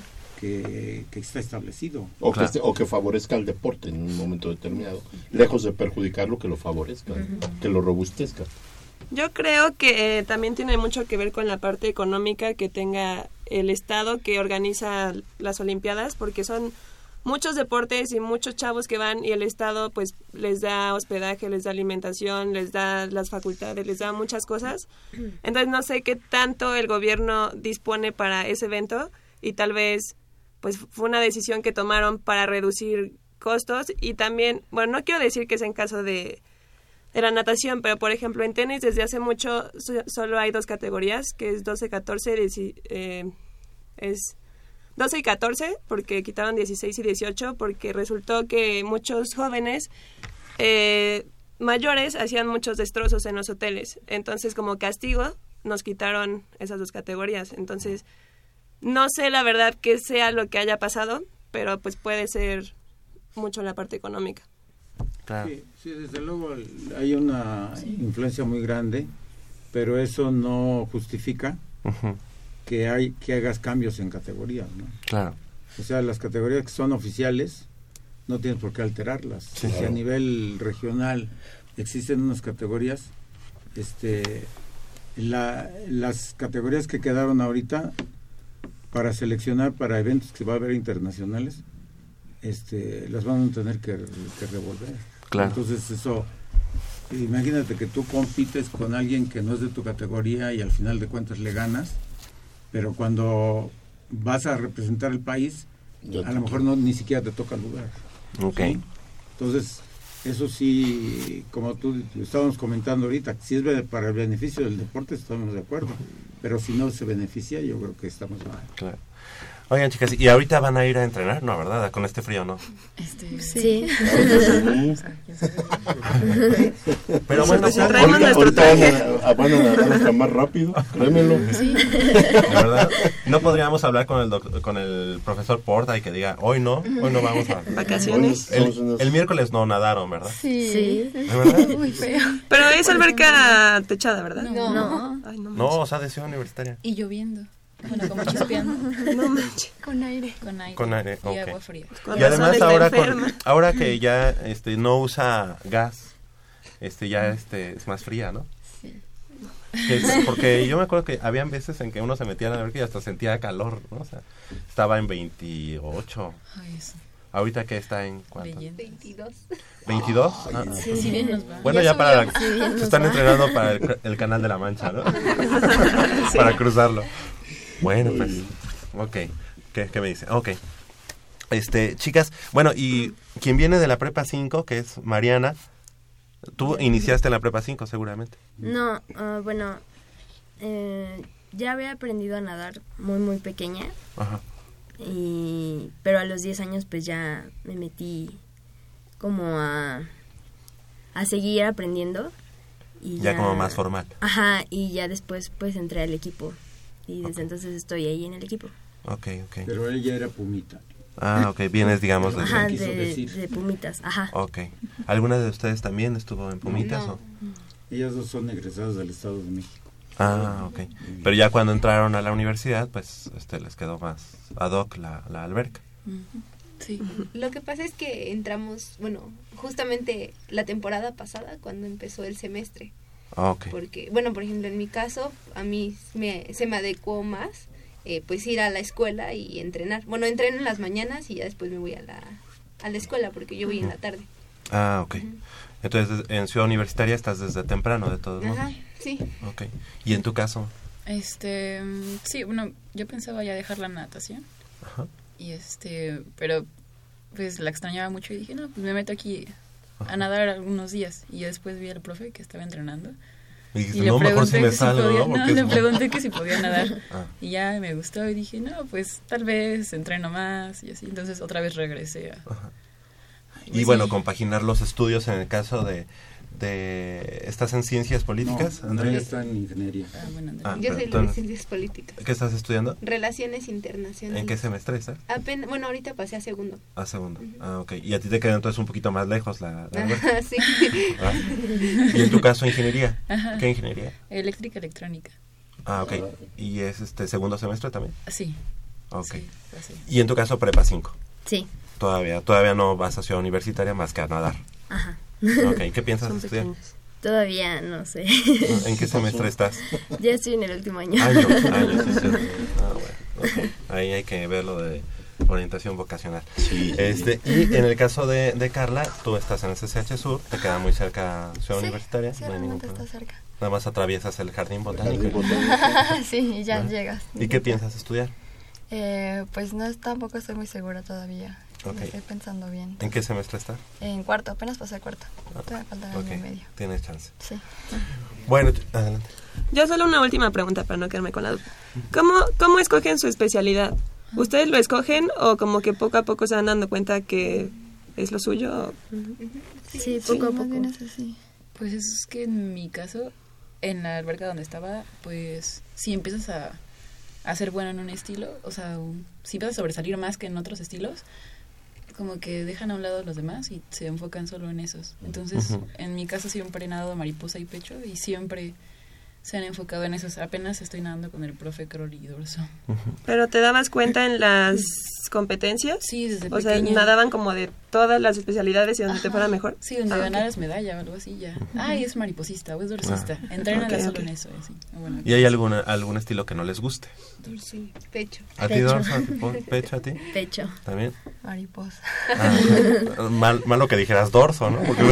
que, que está establecido. O, Claro. que esté- o que favorezca al deporte en un momento determinado, lejos de perjudicarlo, que lo favorezca, que lo robustezca. Yo creo que eh, también tiene mucho que ver con la parte económica que tenga el Estado que organiza las Olimpiadas, porque son muchos deportes y muchos chavos que van y el Estado pues les da hospedaje, les da alimentación, les da las facultades, les da muchas cosas. Entonces no sé qué tanto el gobierno dispone para ese evento y tal vez pues fue una decisión que tomaron para reducir costos y también, bueno, no quiero decir que sea en caso de de la natación, pero por ejemplo en tenis desde hace mucho so- solo hay dos categorías, que es doce catorce, dieci- eh, es doce y catorce, porque quitaron dieciséis y dieciocho, porque resultó que muchos jóvenes eh, mayores hacían muchos destrozos en los hoteles, entonces como castigo nos quitaron esas dos categorías, entonces no sé la verdad qué sea lo que haya pasado, pero pues puede ser mucho la parte económica. Claro. Sí, sí, desde luego el- hay una influencia muy grande, pero eso no justifica Ujú, que hay que hagas cambios en categorías, ¿no? claro. O sea, las categorías que son oficiales no tienes por qué alterarlas. Sí, si claro. a nivel regional existen unas categorías, este, la, las categorías que quedaron ahorita para seleccionar para eventos que va a haber internacionales, este, las van a tener que, que revolver. Claro. Entonces eso, imagínate que tú compites con alguien que no es de tu categoría y al final de cuentas le ganas, pero cuando vas a representar el país, Ya a te lo mejor no ni siquiera te toca el lugar. Ok. ¿sí? Entonces, eso sí, como tú estábamos comentando ahorita, si es be- para el beneficio del deporte, estamos de acuerdo, pero si no se beneficia, yo creo que estamos mal. Claro. Oigan, chicas, ¿y ahorita van a ir a entrenar? No, ¿verdad? Con este frío, ¿no? Este, Sí. Pero bueno, Pues si ahorita- traemos nuestro ahorita van traje. a, a- van a nadar hasta más rápido, créemelo. ¿de verdad? ¿No podríamos hablar con el doc- con el profesor Porta y que diga, hoy no, hoy no vamos a... Vacaciones. El, el miércoles no nadaron, ¿verdad? Sí. Sí. ¿De verdad? Muy feo. Pero es alberca techada, ¿verdad? No. No. Ay, no, No, o sea, de ciudad universitaria. Y lloviendo. Bueno, como chispeando. no manches. Con aire. Con aire. Con aire, Y ok. agua fría. Con Y razón además está ahora con, enferma. ahora que ya este no usa gas, este ya este es más fría, ¿no? Sí. Es porque yo me acuerdo que habían veces en que uno se metía a la alberca y hasta sentía calor, ¿no? O sea, estaba en veintiocho. Ay, eso. Ahorita que está en ¿cuánto? veintidós. ¿veintidós? Ay, Ah, sí, sí, bien nos va. bueno, ya, Ya para subió. Sí, bien se nos están va. entrenando para el, el canal de la Mancha, ¿no? Sí. Para cruzarlo. Bueno, pues, ok. ¿Qué, qué me dice? Ok. Este, chicas, bueno, y quien viene de la prepa cinco, que es Mariana, tú iniciaste en la prepa cinco seguramente. No, ah, bueno, eh, ya había aprendido a nadar muy, muy pequeña. Ajá. Y, pero a los diez años pues ya me metí como a, a seguir aprendiendo. Y Ya como más formal. Ajá, y ya después pues entré al equipo. Y desde entonces estoy ahí en el equipo. Ok, ok. Pero ella era Pumita. Ah, ok, vienes, digamos, de... Ajá, de, de Pumitas, ajá. Ok. ¿Alguna de ustedes también estuvo en Pumitas? No. O? Ellas dos son egresadas del Estado de México. Ah, ok. Pero ya cuando entraron a la universidad, pues este les quedó más ad hoc la, la alberca. Sí. Lo que pasa es que entramos, bueno, justamente la temporada pasada cuando empezó el semestre. Ah, ok. Porque, bueno, por ejemplo, en mi caso, a mí me, se me adecuó más, eh, pues ir a la escuela y entrenar. Bueno, entreno en las mañanas y ya después me voy a la, a la escuela porque yo voy en la tarde. Ah, ok. Entonces, en Ciudad Universitaria estás desde temprano, de todos modos. Ajá, sí. Ok. ¿Y en tu caso? Este, mm, sí, bueno, yo pensaba ya dejar la natación. Ajá. Y este, pero pues la extrañaba mucho y dije, no, pues me meto aquí a nadar algunos días. Y después vi al profe que estaba entrenando. Y dijiste, y le no, mejor si pregunté me que si salgo, podía, ¿no? no, Porque le es- pregunté que si podía nadar. Ah. Y ya me gustó y dije, no, pues tal vez entreno más y así. Entonces otra vez regresé a... Y bueno, compaginar los estudios en el caso de... de ¿estás en ciencias políticas, No, Andrea? Andrea está en ingeniería. Ah, bueno, Ah, yo pero soy entonces, de ciencias políticas. ¿qué estás estudiando? Relaciones internacionales. ¿En qué semestre estás? Apenas, bueno, ahorita pasé a segundo. A segundo. Ah, ok. Y a ti te queda entonces un poquito más lejos la... la alberca? Sí. ¿Ah? ¿Y en tu caso ingeniería? Ajá. ¿Qué ingeniería? Eléctrica, electrónica. Ah, ok. ¿Y es este segundo semestre también? Sí. Ok. así. ¿Y en tu caso prepa cinco? Sí. Todavía, todavía no vas a Ciudad Universitaria más que a nadar. Ajá. Ok, ¿qué piensas Son estudiar? pequeños. Todavía no sé. ¿En qué semestre estás? Ya estoy en el último año. Año, año, sí, sí. Ah, bueno, ok. Ahí hay que ver lo de orientación vocacional. Sí. Este, y en el caso de, de Carla, tú estás en el C C H Sur, te queda muy cerca Ciudad Sí, Universitaria. sí, no hay ningún realmente está problema. cerca. Nada más atraviesas el jardín botánico. Sí, y ya ¿No? llegas. ¿Y qué piensas estudiar? Eh, pues no, tampoco estoy muy segura todavía. Ok. Lo estoy pensando bien. ¿En qué semestre estás? En cuarto, apenas pasé a cuarto. Ah, Todavía falta un ok, año y medio. tienes chance. Sí. Bueno, t- adelante. Yo solo una última pregunta para no quedarme con la duda. ¿Cómo, cómo escogen su especialidad? ¿Ustedes lo escogen o como que poco a poco se van dando cuenta que es lo suyo? Sí, poco a más poco. bien es así. Pues es que en mi caso, en la alberca donde estaba, pues si empiezas a, a ser bueno en un estilo, o sea, un- si empiezas a sobresalir más que en otros estilos, como que dejan a un lado a los demás y se enfocan solo en esos. Entonces, Ujú. en mi caso siempre he nadado mariposa y pecho y siempre se han enfocado en esos. Apenas estoy nadando con el profe Crowley y dorso. ¿Pero te dabas cuenta en las competencias? Sí, desde O sea, pequeña. nadaban como de todas las especialidades y donde te Ajá. fuera mejor. Sí, donde Ah, ok. ganaras medalla o algo así ya. Ay, es mariposista o es dorsista. Ah. Entrénala Ok, solo ok. en eso. Así. Bueno, ¿Y hay alguna, algún estilo que no les guste? Dorso y pecho. ¿A ti, Pecho. Dorso? ¿A ti, por- pecho? ¿A ti? Pecho. ¿También? Mariposa. Ah, mal, malo que dijeras dorso, ¿no? Porque,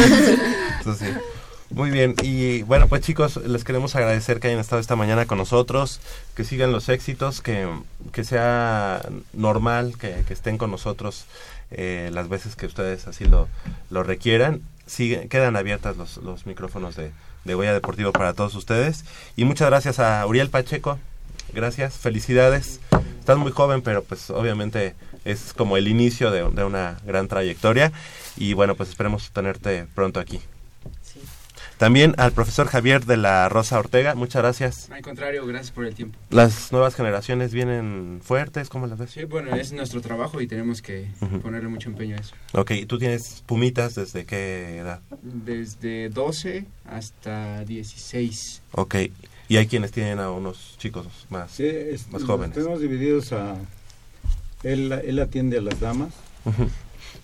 eso sí. Muy bien, y bueno, pues chicos, les queremos agradecer que hayan estado esta mañana con nosotros, que sigan los éxitos, que, que sea normal que, que estén con nosotros eh, las veces que ustedes así lo, lo requieran. Sigue, quedan abiertas los, los micrófonos de, de Goya Deportivo para todos ustedes. Y muchas gracias a Uriel Pacheco, gracias, felicidades. Estás muy joven, pero pues obviamente es como el inicio de, de una gran trayectoria. Y bueno, pues esperemos tenerte pronto aquí. También al profesor Javier de la Rosa Ortega, muchas gracias. Al contrario, gracias por el tiempo. Las nuevas generaciones vienen fuertes, ¿cómo las ves? Sí, bueno, es nuestro trabajo y tenemos que Ujú. ponerle mucho empeño a eso. Ok, ¿tú tienes pumitas desde qué edad? Desde doce hasta dieciséis. Ok, y hay quienes tienen a unos chicos más, Sí, es- más los jóvenes. tenemos divididos a... Él, él atiende a las damas Ujú.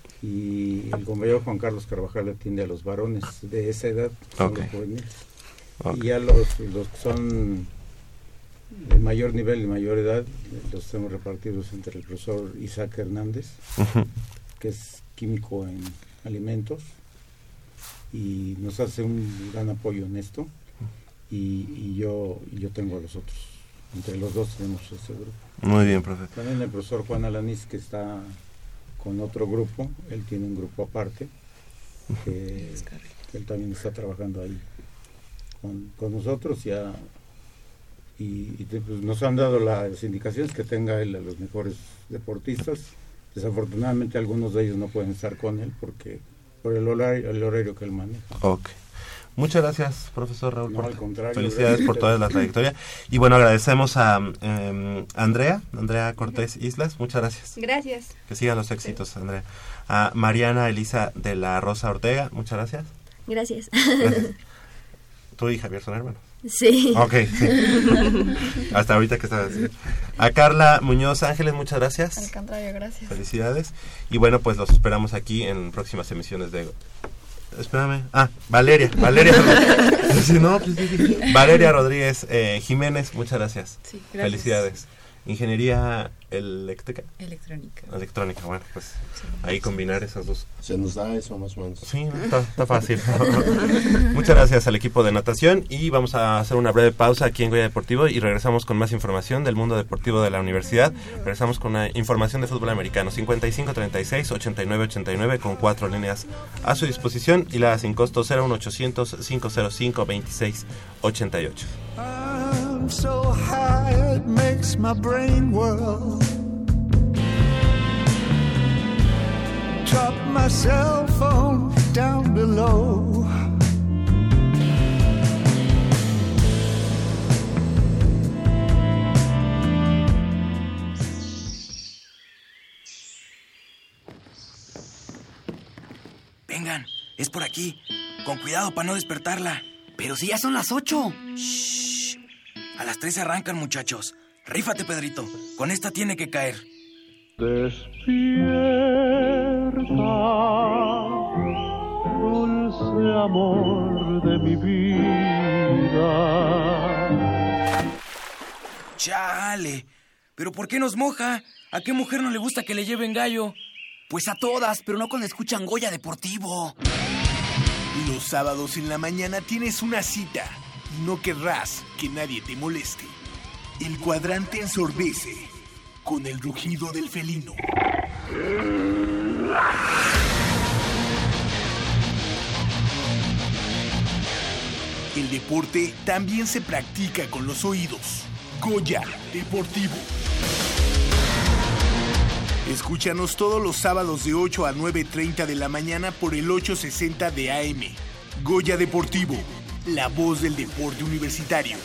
y el compañero Juan Carlos Carvajal atiende a los varones de esa edad, son Ok. los juveniles. Okay. Y ya los, los que son de mayor nivel y mayor edad, los tenemos repartidos entre el profesor Isaac Hernández, uh-huh. que es químico en alimentos, y nos hace un gran apoyo en esto, y, y yo y yo tengo a los otros. Entre los dos tenemos ese grupo. Muy bien, profe. También el profesor Juan Alanís, que está con otro grupo, él tiene un grupo aparte, que, que él también está trabajando ahí con, con nosotros, ya, y, y pues nos han dado las indicaciones que tenga él a los mejores deportistas. Desafortunadamente algunos de ellos no pueden estar con él porque por el horario, el horario que él maneja. Ok. Muchas gracias, profesor Raúl. No, al contrario. Felicidades por toda la trayectoria. Y bueno, agradecemos a eh, Andrea, Andrea Cortés Islas. Muchas gracias. Gracias. Que sigan los éxitos, Andrea. A Mariana Elisa de la Rosa Ortega. Muchas gracias. Gracias. Gracias. ¿Tú y Javier son hermanos? Sí. Ok, sí. Hasta ahorita que estás así. A Carla Muñoz Ángeles, muchas gracias. Al contrario, gracias. Felicidades. Y bueno, pues los esperamos aquí en próximas emisiones de... Espérame. Ah, Valeria. Valeria. Sí, no, pues, sí, sí. Valeria Rodríguez eh, Jiménez, muchas gracias. Sí, gracias. Felicidades. Ingeniería eléctrica. Electrónica. Electrónica, bueno, pues sí, ahí combinar esas dos. Se nos da eso más o menos. Sí, está, está fácil. Muchas gracias al equipo de natación y vamos a hacer una breve pausa aquí en Goya Deportivo y regresamos con más información del mundo deportivo de la universidad. Regresamos con una información de fútbol americano. cincuenta y cinco treinta y seis ochenta y nueve ochenta y nueve con cuatro líneas a su disposición y la sin costo cero uno ochocientos cinco cero cinco veintiséis ochenta y ocho. I'm so high it makes my brain whirl. Drop my cell phone down below. Vengan, es por aquí. Con cuidado para no despertarla. Pero si ya son las ocho. Shh. A las tres arrancan, muchachos. Rífate, Pedrito. Con esta tiene que caer. Despierta, dulce amor de mi vida. Chale. ¿Pero por qué nos moja? ¿A qué mujer no le gusta que le lleven gallo? Pues a todas, pero no cuando escuchan Goya Deportivo. Los sábados en la mañana tienes una cita y no querrás que nadie te moleste. El cuadrante ensordece con el rugido del felino. El deporte también se practica con los oídos. Goya Deportivo. Escúchanos todos los sábados de ocho a nueve treinta de la mañana por el ochocientos sesenta de A M. Goya Deportivo, la voz del deporte universitario.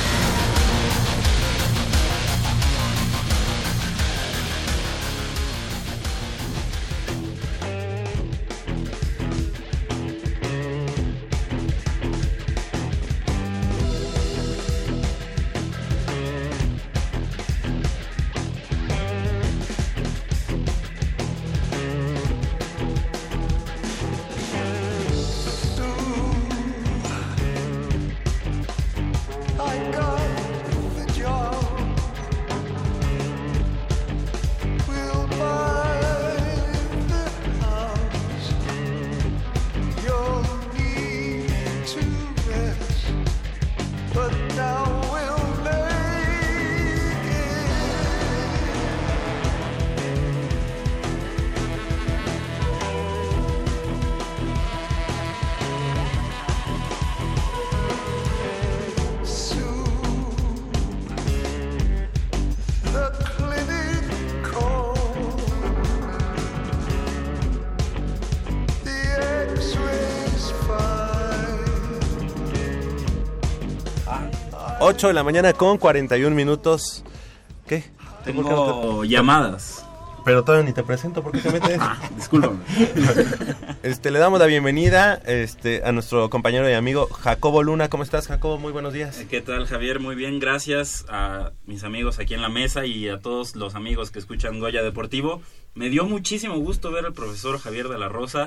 ocho de la mañana con cuarenta y un minutos. ¿Qué? Tengo te... llamadas. Pero todavía ni te presento, ¿por qué te metes? Discúlpame. Este, le damos la bienvenida este, a nuestro compañero y amigo Jacobo Luna. ¿Cómo estás, Jacobo? Muy buenos días. ¿Qué tal, Javier? Muy bien, gracias a mis amigos aquí en la mesa y a todos los amigos que escuchan Goya Deportivo. Me dio muchísimo gusto ver al profesor Javier de la Rosa,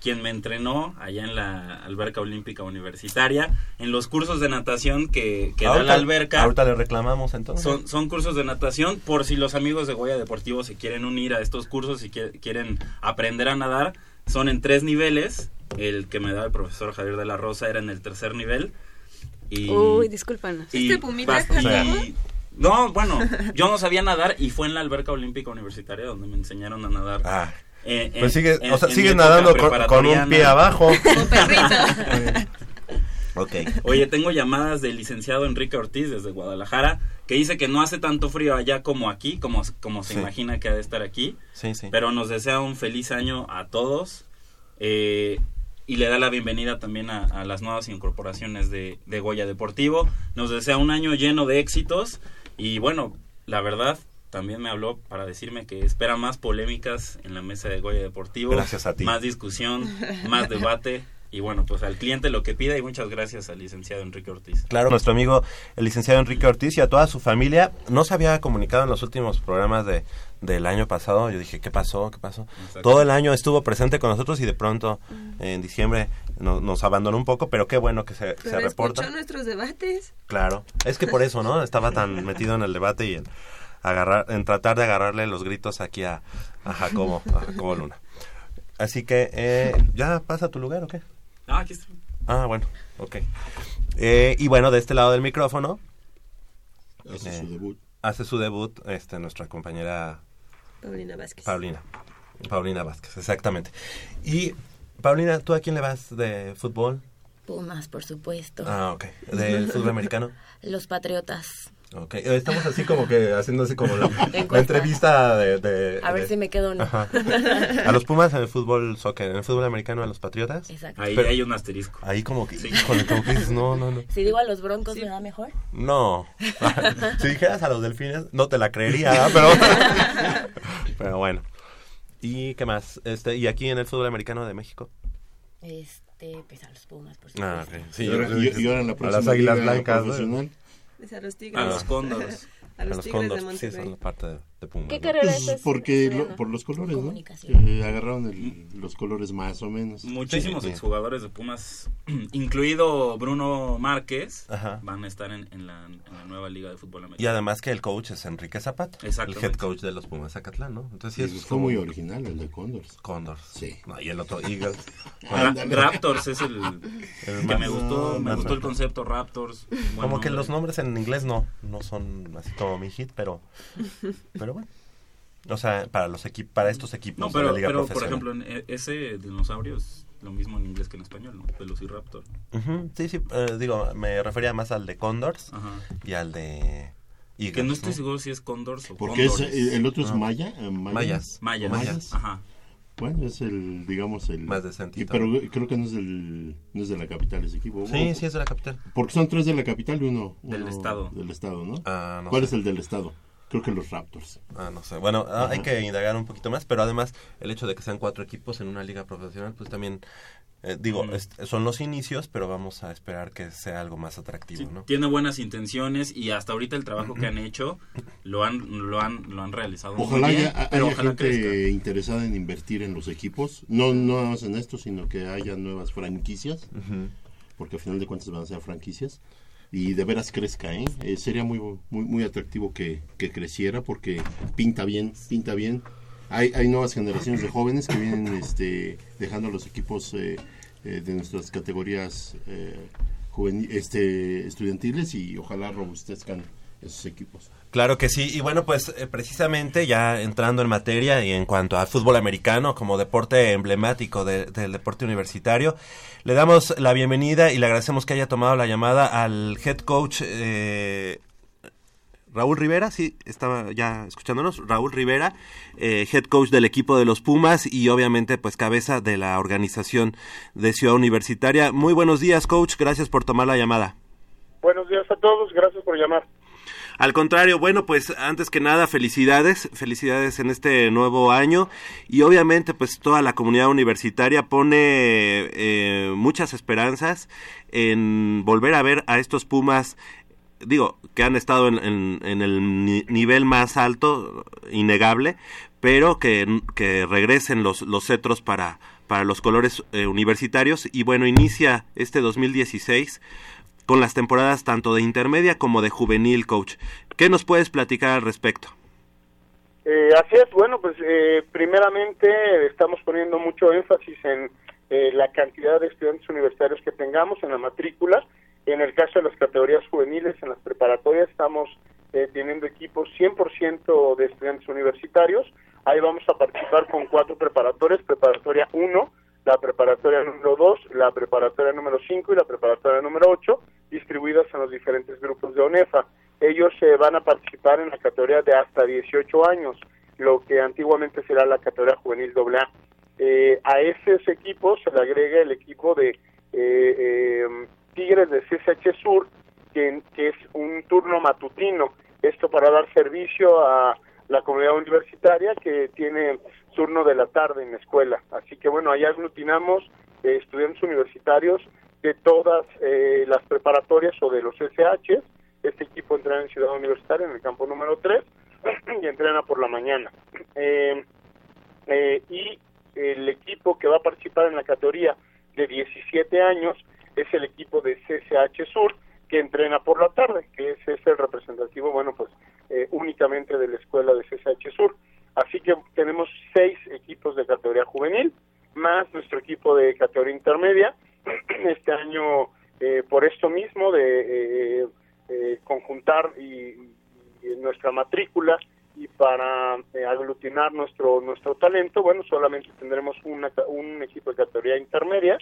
quien me entrenó allá en la alberca olímpica universitaria, en los cursos de natación que, que da la alberca. Ahorita le reclamamos entonces. Son, son cursos de natación, por si los amigos de Goya Deportivo se quieren unir a estos cursos y que, quieren aprender a nadar, son en tres niveles. El que me da el profesor Javier de la Rosa era en el tercer nivel. Y, Uy, discúlpanos. ¿Este pumita bast- y- No, bueno, yo no sabía nadar y fue en la alberca olímpica universitaria donde me enseñaron a nadar. Ah. Eh, en- Pues sigue, en- o sea, en sigues mi época nadando con, con un preparatoriana. pie abajo. Como perrito. Ok. Oye, tengo llamadas del licenciado Enrique Ortiz desde Guadalajara, que dice que no hace tanto frío allá como aquí, como, como se Sí. imagina que ha de estar aquí, Sí, sí. pero nos desea un feliz año a todos, eh, y le da la bienvenida también a, a las nuevas incorporaciones de, de Goya Deportivo. Nos desea un año lleno de éxitos, y bueno, la verdad, también me habló para decirme que espera más polémicas en la mesa de Goya Deportivo. Gracias a ti. Más discusión, más debate. Y bueno, pues al cliente lo que pida, y muchas gracias al licenciado Enrique Ortiz. Claro, nuestro amigo el licenciado Enrique Ortiz y a toda su familia. No se había comunicado en los últimos programas de del año pasado. Yo dije, ¿qué pasó? ¿Qué pasó? Exacto. Todo el año estuvo presente con nosotros y de pronto en diciembre no- nos abandonó un poco, pero qué bueno que se, Pero se reporta. escuchó nuestros debates. Claro, es que por eso, ¿no? Estaba tan metido en el debate y en agarrar, en tratar de agarrarle los gritos aquí a, a Jacobo, a Jacobo Luna. Así que, eh, ¿ya pasa a tu lugar o qué? Ah, aquí está. Ah, bueno, ok. Eh, y bueno, de este lado del micrófono Hace eh, su debut. hace su debut este, nuestra compañera Paulina Vázquez. Paulina. Paulina Vázquez, exactamente. Y, Paulina, ¿tú a quién le vas de fútbol? Pumas, por supuesto. Ah, ok. ¿Del fútbol americano? Los Patriotas. Ok, eh, estamos así como que haciendo así como la, la Encuesta. entrevista de... de- A ver de- si me quedo o no. Ajá. A los Pumas en el fútbol soccer, en el fútbol americano a los Patriotas. Exacto. Ahí Pero- hay un asterisco. Ahí como que, Sí. híjole, como que dices, no, no, no. Si digo a los Broncos, ¿me da mejor? No. Si dijeras a los Delfines, no te la creería, ¿eh? pero... pero bueno. ¿Y qué más? Este, ¿y aquí en el fútbol americano de México? Este, pues a los Pumas, por Ah, supuesto. ok. Sí, y, ahora, yo- y- y ahora en la a próxima las Águilas liga Blancas, ¿no? profesional. Es a los Tigres. A los Cóndores. A los los Tigres de Cóndores, sí, Monterrey. son la parte de, de Pumas. ¿Qué ¿no? carrera Pues, estás porque estudiando? lo- por los colores, ¿no? Comunicación. Que agarraron el- los colores más o menos. Muchísimos Sí. exjugadores de Pumas, incluido Bruno Márquez, Ajá. van a estar en, en la, en la nueva liga de fútbol Y americano. además que el coach es Enrique Zapata, el Exactamente. head coach de los Pumas Zacatlán, ¿no? Entonces sí, Sí, es fue como muy original el de Condors. Condors. Sí. No, y el otro Eagles. Ra- Ándale. Raptors es el, El que más- me gustó, no, me más- gustó el concepto Raptors. buen Como que nombre. los nombres en inglés no, no son así como mi hit, pero, pero bueno. O sea, para los equipos, para estos equipos No, de pero, la liga pero por profesional. ejemplo, en e- ese dinosaurio es lo mismo en inglés que en español, ¿no? Velociraptor. Ujú, sí, sí, eh, digo, me refería más al de Condors Ajá. y al de Eagles. Que no estoy ¿no? seguro si es Condors o Porque es, Cóndores. eh, el otro es Ah. Maya. eh, Mayas. Mayas. Mayas. Ajá. Bueno, es el, digamos, el... Más decentito. y- Pero creo que no es, del, no es de la capital ese equipo. Sí, O- sí, es de la capital. Porque son tres de la capital y uno... Del uno estado. Del estado, ¿no? Ah, no ¿Cuál sé. es el del estado? Creo que los Raptors. Ah, no sé. Bueno, ah, hay Ajá. que indagar un poquito más, pero además el hecho de que sean cuatro equipos en una liga profesional, pues también, eh, digo, Mm. es- son los inicios, pero vamos a esperar que sea algo más atractivo, Sí, ¿no? tiene buenas intenciones y hasta ahorita el trabajo que han hecho lo han lo han lo han realizado muy Ojalá bien, haya, pero haya ojalá gente crezca. interesada en invertir en los equipos. No, no nada más en esto, sino que haya nuevas franquicias. Ujú. Porque al final de cuentas van a ser franquicias. Y de veras crezca, ¿eh? Eh, sería muy, muy, muy atractivo que, que creciera porque pinta bien, pinta bien. Hay, hay nuevas generaciones de jóvenes que vienen este, dejando los equipos eh, eh, de nuestras categorías eh, juvenil, este, estudiantiles y ojalá robustezcan esos equipos. Claro que sí, y bueno, pues eh, precisamente ya entrando en materia y en cuanto a fútbol americano como deporte emblemático de- del deporte universitario, le damos la bienvenida y le agradecemos que haya tomado la llamada al head coach eh, Raúl Rivera, sí, estaba ya escuchándonos, Raúl Rivera, eh, head coach del equipo de los Pumas y obviamente pues cabeza de la organización de Ciudad Universitaria. Muy buenos días, coach, gracias por tomar la llamada. Buenos días a todos, gracias por llamar. Al contrario, bueno, pues antes que nada, felicidades, felicidades en este nuevo año y obviamente pues toda la comunidad universitaria pone eh, muchas esperanzas en volver a ver a estos Pumas, digo, que han estado en, en, en el ni- nivel más alto, innegable, pero que, que regresen los, los cetros para, para los colores eh, universitarios y bueno, inicia este dos mil dieciséis con las temporadas tanto de intermedia como de juvenil, coach. ¿Qué nos puedes platicar al respecto? Eh, así es, bueno, pues eh, primeramente estamos poniendo mucho énfasis en eh, la cantidad de estudiantes universitarios que tengamos en la matrícula. En el caso de las categorías juveniles, en las preparatorias, estamos eh, teniendo equipos cien por ciento de estudiantes universitarios. Ahí vamos a participar con cuatro preparatorias, preparatoria uno, la preparatoria número dos, la preparatoria número cinco y la preparatoria número ocho, distribuidas en los diferentes grupos de ONEFA. Ellos eh, van a participar en la categoría de hasta dieciocho años, lo que antiguamente será la categoría juvenil doble A. Eh, a esos equipos se le agrega el equipo de eh, eh, Tigres de C C H Sur, que, que es un turno matutino, esto para dar servicio a la comunidad universitaria que tiene turno de la tarde en la escuela. Así que bueno, allá aglutinamos eh, estudiantes universitarios de todas eh, las preparatorias o de los S H. Este equipo entrena en Ciudad Universitaria, en el campo número tres, y entrena por la mañana. Eh, eh, y el equipo que va a participar en la categoría de diecisiete años es el equipo de C C H Sur, que entrena por la tarde, que ese es el representativo, bueno, pues eh, únicamente de la escuela de C C H Sur. Así que tenemos seis equipos de categoría juvenil, más nuestro equipo de categoría intermedia. Este año, eh, por esto mismo, de eh, eh, conjuntar y, y nuestra matrícula y para eh, aglutinar nuestro nuestro talento, bueno, solamente tendremos una, un equipo de categoría intermedia,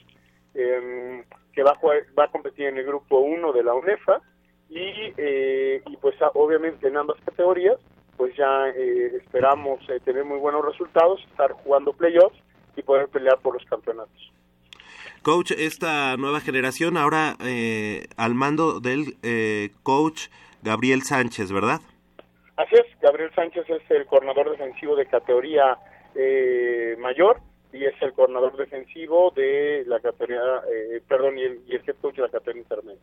eh, que va a, jugar, va a competir en el grupo uno de la ONEFA y, eh, y pues a, obviamente en ambas categorías pues ya eh, esperamos eh, tener muy buenos resultados, estar jugando playoffs y poder pelear por los campeonatos. Coach, esta nueva generación ahora eh, al mando del eh, coach Gabriel Sánchez, ¿verdad? Así es, Gabriel Sánchez es el coordinador defensivo de categoría eh, mayor y es el coordinador defensivo de la categoría, eh, perdón, y el, y el head coach de la categoría intermedia.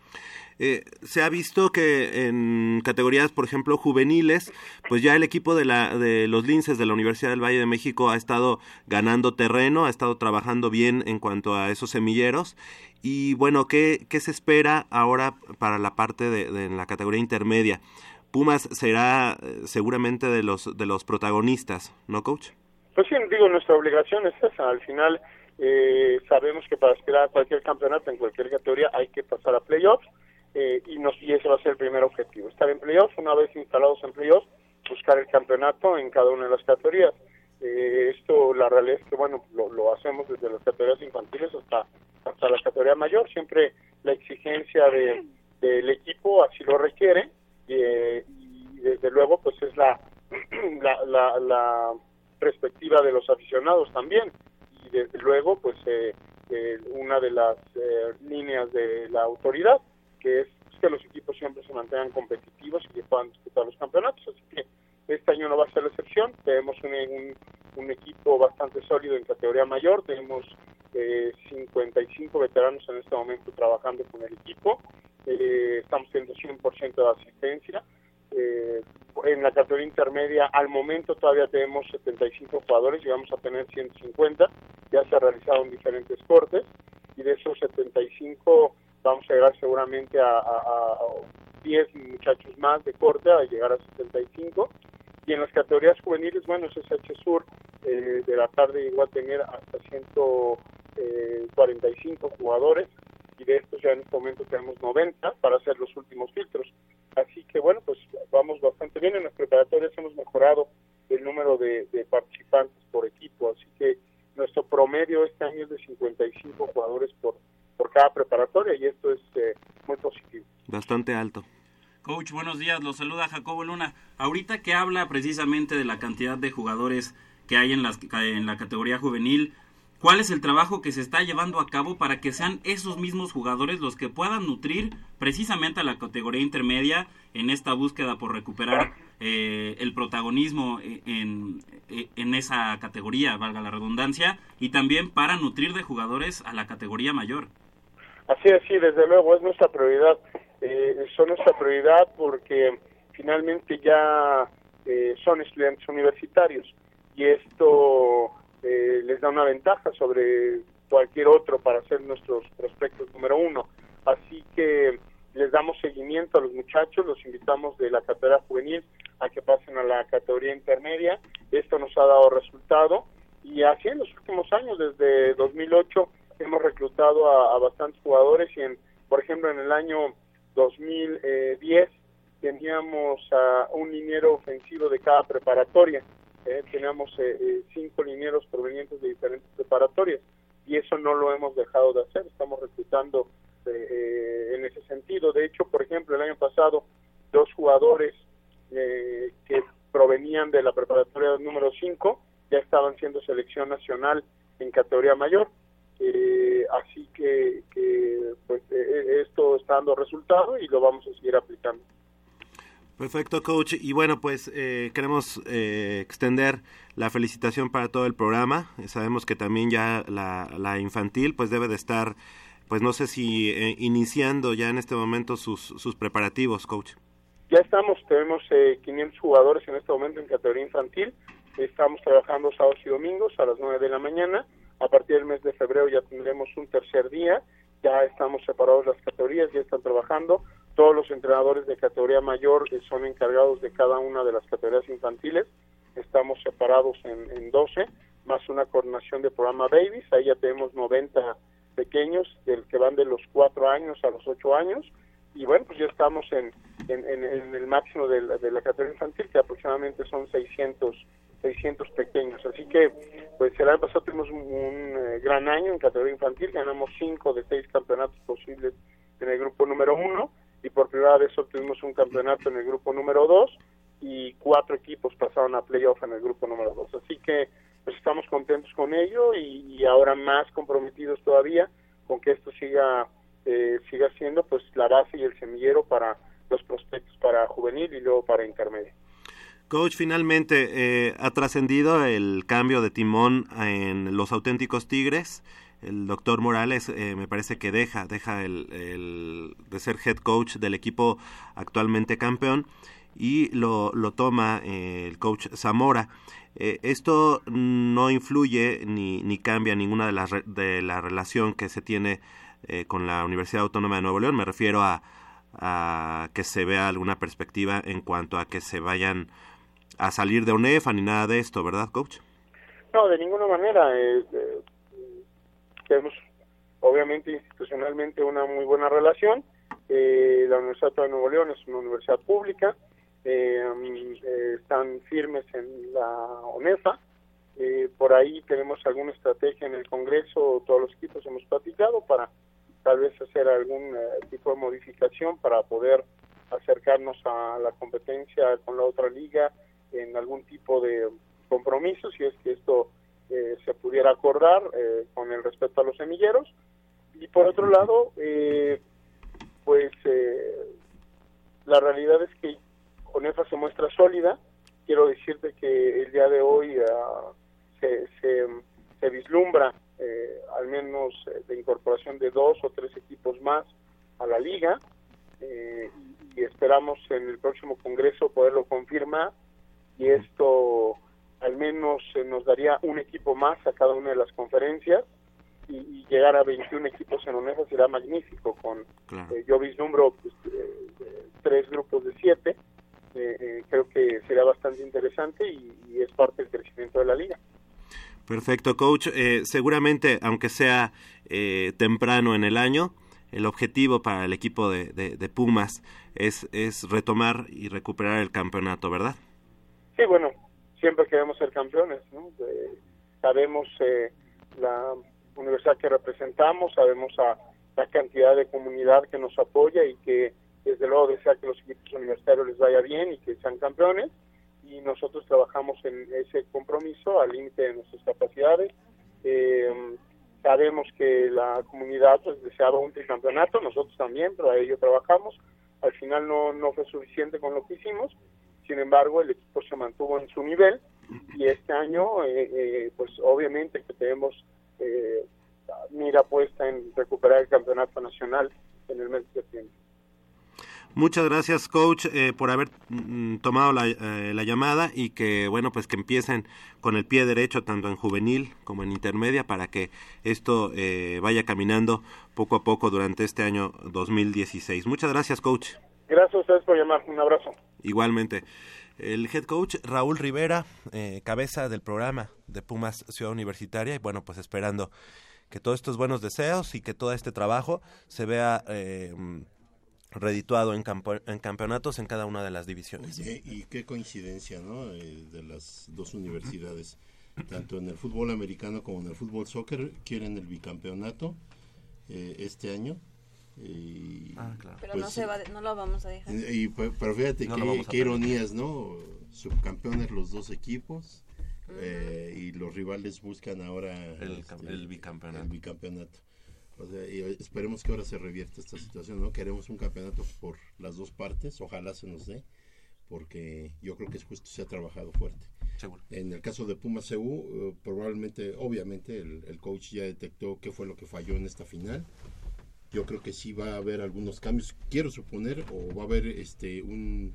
Eh, se ha visto que en categorías, por ejemplo, juveniles, pues ya el equipo de la de los Linces de la Universidad del Valle de México ha estado ganando terreno, ha estado trabajando bien en cuanto a esos semilleros. Y bueno, ¿qué, qué se espera ahora para la parte de, de la categoría intermedia? Pumas será eh, seguramente de los de los protagonistas, ¿no, coach? Pues sí, digo, nuestra obligación es esa. Al final eh, sabemos que para aspirar a cualquier campeonato en cualquier categoría hay que pasar a playoffs. Eh, y, nos, y ese va a ser el primer objetivo, estar en playoffs, una vez instalados en playoffs, buscar el campeonato en cada una de las categorías. Eh, esto, la realidad es que, bueno, lo, lo hacemos desde las categorías infantiles hasta hasta la categoría mayor, siempre la exigencia de del equipo así lo requiere, y, eh, y desde luego, pues es la, la, la, la perspectiva de los aficionados también, y desde luego, pues eh, eh, una de las eh, líneas de la autoridad, que es que los equipos siempre se mantengan competitivos y que puedan disputar los campeonatos. Así que este año no va a ser la excepción. Tenemos un, un, un equipo bastante sólido en categoría mayor. Tenemos eh, cincuenta y cinco veteranos en este momento trabajando con el equipo. Eh, estamos teniendo cien por ciento de asistencia. Eh, en la categoría intermedia, al momento todavía tenemos setenta y cinco jugadores y vamos a tener ciento cincuenta. Ya se realizaron diferentes cortes y de esos setenta y cinco vamos a llegar seguramente a, a, a diez muchachos más de corte, a llegar a setenta y cinco. Y en las categorías juveniles, bueno, C C H Sur eh, de la tarde llegó a tener hasta ciento cuarenta y cinco jugadores, y de estos ya en este momento tenemos noventa para hacer los últimos filtros. Así que bueno, pues vamos bastante bien. En las preparatorias hemos mejorado el número de, de participantes por equipo, así que nuestro promedio este año es de cincuenta y cinco jugadores por por cada preparatoria, y esto es eh, muy positivo. Bastante alto. Coach, buenos días, los saluda Jacobo Luna. Ahorita que habla precisamente de la cantidad de jugadores que hay en, las, en la categoría juvenil, ¿cuál es el trabajo que se está llevando a cabo para que sean esos mismos jugadores los que puedan nutrir precisamente a la categoría intermedia en esta búsqueda por recuperar eh, el protagonismo en, en esa categoría, valga la redundancia, y también para nutrir de jugadores a la categoría mayor? Así es, sí, desde luego es nuestra prioridad. Eh, son nuestra prioridad porque finalmente ya eh, son estudiantes universitarios, y esto eh, les da una ventaja sobre cualquier otro para ser nuestros prospectos número uno. Así que les damos seguimiento a los muchachos, los invitamos de la categoría juvenil a que pasen a la categoría intermedia. Esto nos ha dado resultado y así en los últimos años, desde dos mil ocho, hemos reclutado a, a bastantes jugadores y, en, por ejemplo, en el año dos mil diez teníamos a un liniero ofensivo de cada preparatoria. Eh, teníamos eh, eh, cinco linieros provenientes de diferentes preparatorias y eso no lo hemos dejado de hacer. Estamos reclutando eh, eh, en ese sentido. De hecho, por ejemplo, el año pasado dos jugadores eh, que provenían de la preparatoria número cinco ya estaban siendo selección nacional en categoría mayor. Eh, así que, que pues eh, esto está dando resultado y lo vamos a seguir aplicando. Perfecto, coach. Y bueno, pues eh, queremos eh, extender la felicitación para todo el programa. Eh, sabemos que también ya la, la infantil pues debe de estar, pues no sé si eh, iniciando ya en este momento sus, sus preparativos, coach. Ya estamos, tenemos eh, quinientos jugadores en este momento en categoría infantil. Estamos trabajando sábados y domingos a las nueve de la mañana. A partir del mes de febrero ya tendremos un tercer día. Ya estamos separados las categorías, ya están trabajando. Todos los entrenadores de categoría mayor eh, son encargados de cada una de las categorías infantiles. Estamos separados en, en doce, más una coordinación de programa Babies. Ahí ya tenemos noventa pequeños, del que van de los cuatro años a los ocho años. Y bueno, pues ya estamos en, en, en, en el máximo de la, de la categoría infantil, que aproximadamente son seiscientos pequeños. Así que, pues el año pasado tuvimos un, un eh, gran año en categoría infantil. Ganamos cinco de seis campeonatos posibles en el grupo número uno. Y por primera vez obtuvimos un campeonato en el grupo número dos y cuatro equipos pasaron a playoff en el grupo número dos. Así que pues estamos contentos con ello y, y ahora más comprometidos todavía con que esto siga eh, siga siendo pues la base y el semillero para los prospectos para juvenil y luego para intermedio. Coach, finalmente eh, ha trascendido el cambio de timón en los auténticos Tigres. El doctor Morales eh, me parece que deja deja el, el de ser head coach del equipo actualmente campeón y lo, lo toma eh, el coach Zamora. Eh, esto no influye ni, ni cambia ninguna de las re, de la relación que se tiene eh, con la Universidad Autónoma de Nuevo León. Me refiero a, a que se vea alguna perspectiva en cuanto a que se vayan a salir de UNEFA ni nada de esto, ¿verdad, coach? No, de ninguna manera. Eh, eh, tenemos obviamente institucionalmente una muy buena relación. Eh, la Universidad de Nuevo León es una universidad pública, eh, eh, están firmes en la UNEFA. Eh, por ahí tenemos alguna estrategia en el Congreso, todos los equipos hemos platicado para tal vez hacer algún eh, tipo de modificación para poder acercarnos a la competencia con la otra liga en algún tipo de compromiso, si es que esto Eh, se pudiera acordar eh, con el respeto a los semilleros. Y por otro lado, eh, pues eh, la realidad es que UNEFA se muestra sólida. Quiero decirte que el día de hoy uh, se, se, se vislumbra eh, al menos eh, de incorporación de dos o tres equipos más a la liga eh, y esperamos en el próximo congreso poderlo confirmar y esto al menos eh, nos daría un equipo más a cada una de las conferencias y, y llegar a veintiún equipos en UNEFA será magnífico. Con claro. eh, yo vislumbro pues, eh, tres grupos de siete, eh, eh, creo que sería bastante interesante y, y es parte del crecimiento de la liga. Perfecto, coach. Eh, seguramente, aunque sea eh, temprano en el año, el objetivo para el equipo de, de, de Pumas es, es retomar y recuperar el campeonato, ¿verdad? Sí, bueno, siempre queremos ser campeones, ¿no? Eh, sabemos eh, la universidad que representamos, sabemos a la cantidad de comunidad que nos apoya y que desde luego desea que los equipos universitarios les vaya bien y que sean campeones y nosotros trabajamos en ese compromiso al límite de nuestras capacidades. Eh, sabemos que la comunidad pues deseaba un tricampeonato, nosotros también, pero a ello trabajamos. Al final no, no fue suficiente con lo que hicimos. Sin embargo, el equipo se mantuvo en su nivel y este año, eh, eh, pues obviamente que tenemos eh, mira puesta en recuperar el campeonato nacional en el mes de septiembre. Muchas gracias, coach, eh, por haber mm, tomado la, eh, la llamada y que, bueno, pues que empiecen con el pie derecho tanto en juvenil como en intermedia para que esto eh, vaya caminando poco a poco durante este año dos mil dieciséis. Muchas gracias, coach. Gracias a ustedes por llamar. Un abrazo. Igualmente. El head coach Raúl Rivera, eh, cabeza del programa de Pumas Ciudad Universitaria, y bueno, pues esperando que todos estos buenos deseos y que todo este trabajo se vea eh, redituado en, campo, en campeonatos en cada una de las divisiones. Oye, y qué coincidencia, ¿no? Eh, de las dos universidades, tanto en el fútbol americano como en el fútbol soccer, quieren el bicampeonato eh, este año. Y, ah, claro. Pero pues, no se va, no lo vamos a dejar. Y, y pero fíjate no qué, qué ironías, ¿no? Subcampeones los dos equipos uh-huh. eh, y los rivales buscan ahora el, este, el bicampeonato. El bicampeonato. O sea, y esperemos que ahora se revierta esta situación, ¿no? Queremos un campeonato por las dos partes, ojalá se nos dé, porque yo creo que es justo, se ha trabajado fuerte. Seguro. En el caso de Pumas C U, uh, probablemente, obviamente, el, el coach ya detectó qué fue lo que falló en esta final. Yo creo que sí va a haber algunos cambios, quiero suponer, o va a haber este un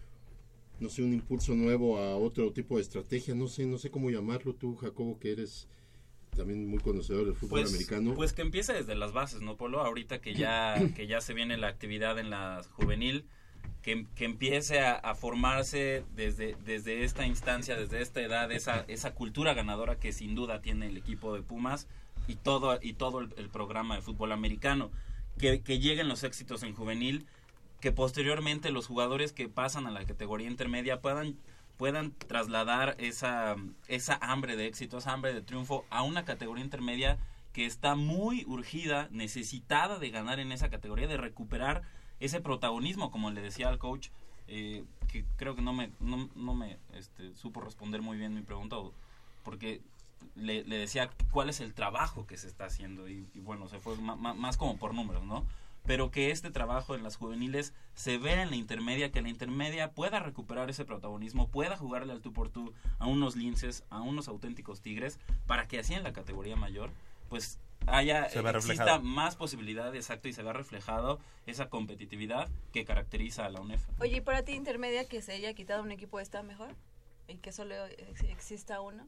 no sé, un impulso nuevo a otro tipo de estrategia, no sé, no sé cómo llamarlo tú, Jacobo, que eres también muy conocedor del fútbol pues, americano. Pues que empiece desde las bases, ¿no, Polo? Ahorita que ya que ya se viene la actividad en la juvenil, que, que empiece a, a formarse desde desde esta instancia, desde esta edad, esa esa cultura ganadora que sin duda tiene el equipo de Pumas y todo y todo el, el programa de fútbol americano, que, que lleguen los éxitos en juvenil, que posteriormente los jugadores que pasan a la categoría intermedia puedan puedan trasladar esa esa hambre de éxito, esa hambre de triunfo a una categoría intermedia que está muy urgida, necesitada de ganar en esa categoría, de recuperar ese protagonismo, como le decía al coach, eh, que creo que no me no, no me este, supo responder muy bien mi pregunta, porque Le, le decía cuál es el trabajo que se está haciendo y, y bueno, se fue ma, ma, más como por números, ¿no? Pero que este trabajo en las juveniles se vea en la intermedia, que la intermedia pueda recuperar ese protagonismo, pueda jugarle al tú por tú a unos linces, a unos auténticos tigres, para que así en la categoría mayor, pues haya, exista más posibilidad, exacto, y se vea reflejado esa competitividad que caracteriza a la U N E F. Oye, ¿y para ti intermedia que se haya quitado un equipo está mejor? ¿Y que solo exista uno?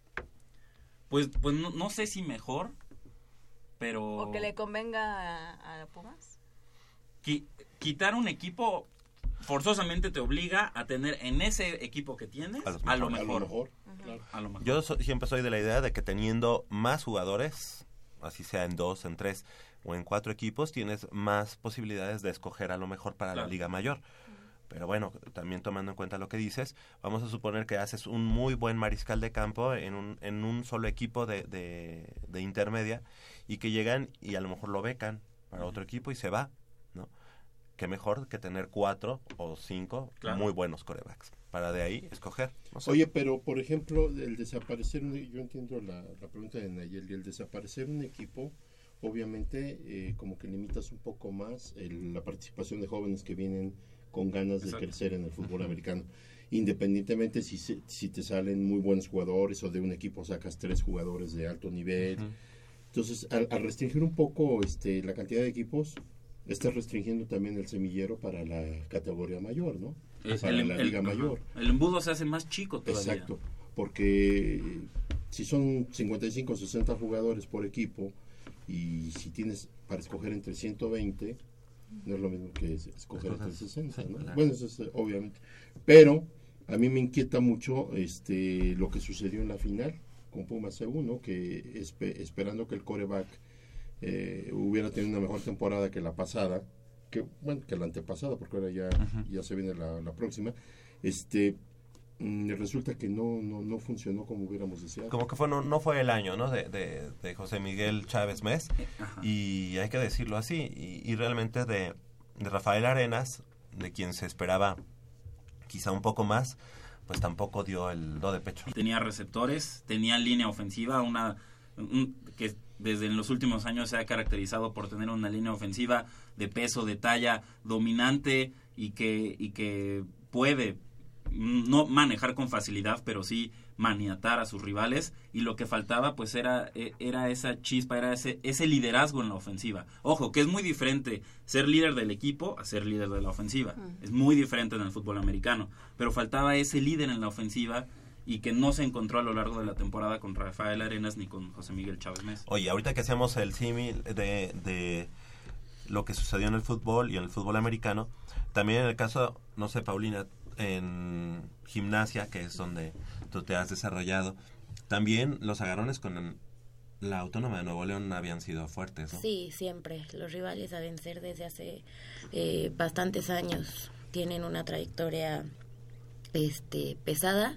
Pues, pues no, no sé si mejor, pero... ¿O que le convenga a, a Pumas? Qui, quitar un equipo forzosamente te obliga a tener en ese equipo que tienes a, a lo mejor. A lo mejor, uh-huh. claro. a lo mejor. Yo so, siempre soy de la idea de que teniendo más jugadores, así sea en dos, en tres o en cuatro equipos, tienes más posibilidades de escoger a lo mejor para claro. la Liga Mayor. Pero bueno, también tomando en cuenta lo que dices, vamos a suponer que haces un muy buen mariscal de campo en un, en un solo equipo de, de, de intermedia y que llegan y a lo mejor lo becan para otro equipo y se va, ¿no? Qué mejor que tener cuatro o cinco claro. muy buenos quarterbacks para de ahí escoger. No sé. Oye, pero por ejemplo, el desaparecer, yo entiendo la, la pregunta de Nayeli, el desaparecer un equipo, obviamente eh, como que limitas un poco más el, la participación de jóvenes que vienen con ganas de Exacto. crecer en el fútbol uh-huh. americano, independientemente si, se, si te salen muy buenos jugadores o de un equipo sacas tres jugadores de alto nivel. Uh-huh. Entonces, al, al restringir un poco este la cantidad de equipos, estás restringiendo también el semillero para la categoría mayor, ¿no? Es para el, la el, liga el, mayor. El embudo se hace más chico todavía. Exacto, porque si son cincuenta y cinco o sesenta jugadores por equipo y si tienes para escoger entre ciento veinte, no es lo mismo que escoger entre sesenta, ¿no? Claro. Bueno, eso es obviamente. Pero a mí me inquieta mucho este lo que sucedió en la final con Pumas C U, ¿no? Que espe- esperando que el quarterback eh, hubiera tenido una mejor temporada que la pasada, que bueno, que la antepasada, porque ahora ya, uh-huh. ya se viene la, la próxima, este mm, resulta que no, no, no funcionó como hubiéramos deseado. Como que fue no, no fue el año, ¿no? De, de, de José Miguel Chávez Mes, uh-huh. y hay que decirlo así, y, y realmente de, de Rafael Arenas, de quien se esperaba quizá un poco más, pues tampoco dio el do de pecho. Tenía receptores, tenía línea ofensiva, una un, que desde en los últimos años se ha caracterizado por tener una línea ofensiva de peso, de talla dominante y que y que puede no manejar con facilidad, pero sí maniatar a sus rivales, y lo que faltaba pues era, era esa chispa, era ese, ese liderazgo en la ofensiva. Ojo, que es muy diferente ser líder del equipo a ser líder de la ofensiva. Uh-huh. Es muy diferente en el fútbol americano, pero faltaba ese líder en la ofensiva y que no se encontró a lo largo de la temporada con Rafael Arenas ni con José Miguel Chávez Mesa. Oye, ahorita que hacemos el símil de, de lo que sucedió en el fútbol y en el fútbol americano, también en el caso, no sé, Paulina, en gimnasia, que es donde tú te has desarrollado, también los agarrones con la Autónoma de Nuevo León habían sido fuertes, ¿no? Sí, siempre. Los rivales a vencer desde hace eh, bastantes años tienen una trayectoria este pesada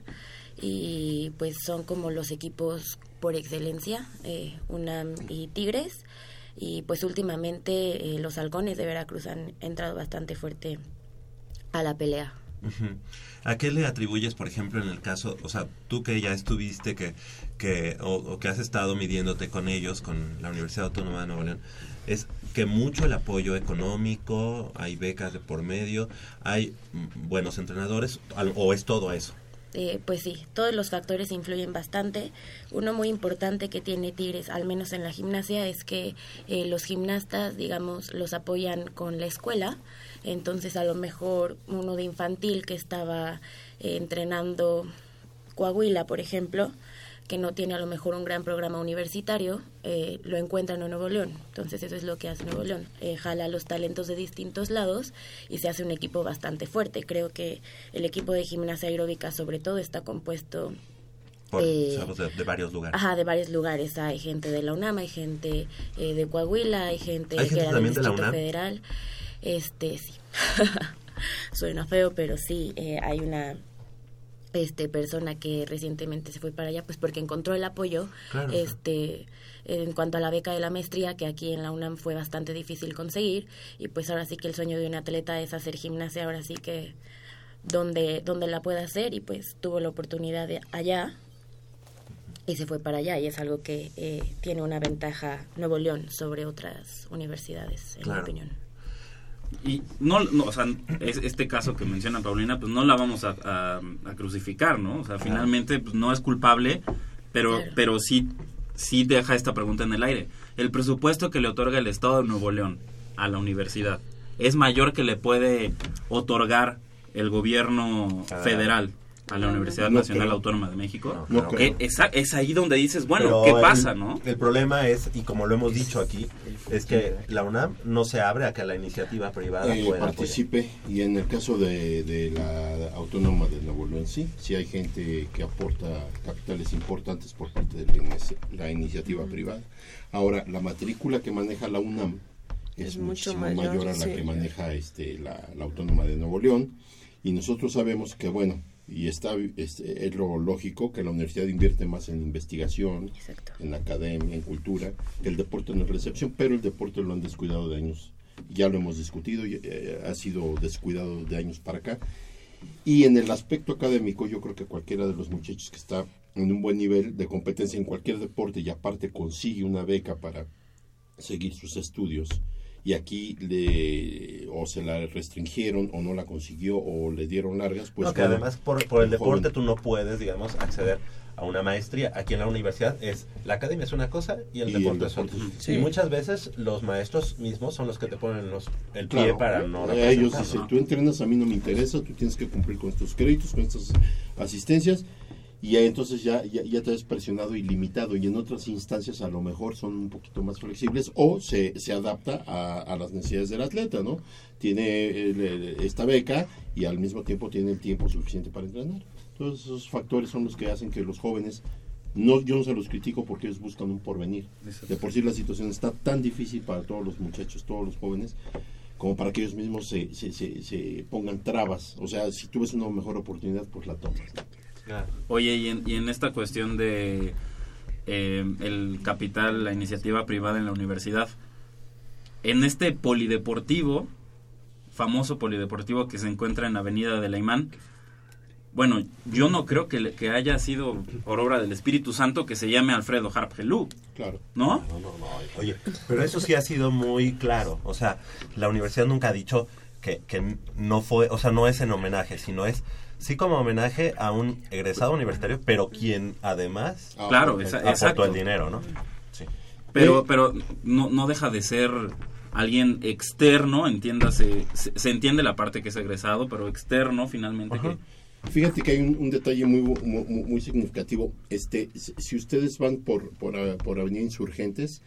y pues son como los equipos por excelencia, eh, UNAM y Tigres, y pues últimamente eh, los Halcones de Veracruz han entrado bastante fuerte a la pelea. Uh-huh. ¿A qué le atribuyes, por ejemplo, en el caso, o sea, tú que ya estuviste, que, que o, o que has estado midiéndote con ellos, con la Universidad Autónoma de Nuevo León, es que mucho el apoyo económico, hay becas de por medio, hay mm, buenos entrenadores, o es todo eso? Eh, pues sí, todos los factores influyen bastante. Uno muy importante que tiene Tigres, al menos en la gimnasia, es que eh, los gimnastas, digamos, los apoyan con la escuela. Entonces, a lo mejor uno de infantil que estaba eh, entrenando Coahuila, por ejemplo, que no tiene a lo mejor un gran programa universitario, eh, lo encuentran en Nuevo León. Entonces eso es lo que hace Nuevo León, eh, jala los talentos de distintos lados y se hace un equipo bastante fuerte. Creo que el equipo de gimnasia aeróbica sobre todo está compuesto Por, eh, de, de varios lugares. Ajá, de varios lugares. Hay gente de la UNAM, hay gente eh, de Coahuila, hay gente, ¿Hay que gente era del también de la Distrito UNAM? Federal. Este, sí. Suena feo, pero sí, eh, hay una este persona que recientemente se fue para allá pues porque encontró el apoyo, claro, este en cuanto a la beca de la maestría, que aquí en la UNAM fue bastante difícil conseguir, y pues ahora sí que el sueño de un atleta es hacer gimnasia, ahora sí que donde donde la pueda hacer, y pues tuvo la oportunidad de allá y se fue para allá, y es algo que eh, tiene una ventaja Nuevo León sobre otras universidades, en claro. mi opinión. Y no, no, o sea, es, este caso que menciona Paulina, pues no la vamos a, a, a crucificar, ¿no? O sea, finalmente pues no es culpable, pero claro. pero sí sí deja esta pregunta en el aire. El presupuesto que le otorga el Estado de Nuevo León a la universidad es mayor que le puede otorgar el gobierno federal a la Universidad no Nacional creo. Autónoma de México. No, no es, es ahí donde dices, bueno, pero ¿qué pasa, el, no? El problema es, y como lo hemos dicho aquí, es que la UNAM no se abre a que la iniciativa privada eh, pueda participe, apoyar. Y en el caso de, de la Autónoma de Nuevo León, sí, sí hay gente que aporta capitales importantes por parte de la, la iniciativa mm. privada. Ahora, la matrícula que maneja la UNAM es, es mucho mayor, mayor a la sí. que maneja este la, la Autónoma de Nuevo León, y nosotros sabemos que, bueno, y está es, es lo lógico que la universidad invierte más en investigación, exacto, en academia, en cultura. El deporte no es la excepción, pero el deporte lo han descuidado de años, ya lo hemos discutido, y, eh, ha sido descuidado de años para acá. Y en el aspecto académico, yo creo que cualquiera de los muchachos que está en un buen nivel de competencia en cualquier deporte y aparte consigue una beca para seguir sus estudios, y aquí le o se la restringieron o no la consiguió o le dieron largas, pues no, que además por, por el deporte joven. Tú no puedes, digamos, acceder a una maestría. Aquí en la universidad es la academia es una cosa y el y deporte es otra. Sí. Y muchas veces los maestros mismos son los que te ponen los, el pie claro, para no a ellos dicen, tú entrenas, a mí no me interesa, tú tienes que cumplir con estos créditos, con estas asistencias, y ya, entonces ya, ya, ya te ves presionado y limitado, y en otras instancias a lo mejor son un poquito más flexibles o se, se adapta a, a las necesidades del atleta, ¿no? Tiene el, esta beca y al mismo tiempo tiene el tiempo suficiente para entrenar. Todos esos factores son los que hacen que los jóvenes, no, yo no se los critico porque ellos buscan un porvenir. De por sí la situación está tan difícil para todos los muchachos, todos los jóvenes, como para que ellos mismos se, se, se, se pongan trabas. O sea, si tú ves una mejor oportunidad, pues la tomas. Oye, y en, y en esta cuestión de eh, el capital, la iniciativa privada en la universidad, en este polideportivo, famoso polideportivo que se encuentra en Avenida de la Imán, bueno, yo no creo que, que haya sido por obra del Espíritu Santo que se llame Alfredo Harp Helú. Claro. ¿No? No, no, no. Oye, pero eso sí ha sido muy claro. O sea, la universidad nunca ha dicho que, que no fue, o sea, no es en homenaje, sino es sí como homenaje a un egresado universitario, pero quien además claro, eh, esa, aportó exacto. el dinero, ¿no? Sí. Pero, pero no, no deja de ser alguien externo, entiéndase, se, se entiende la parte que es egresado, pero externo finalmente que... Fíjate que hay un, un detalle muy, muy muy significativo. Este, si ustedes van por, por, por Avenida Insurgentes,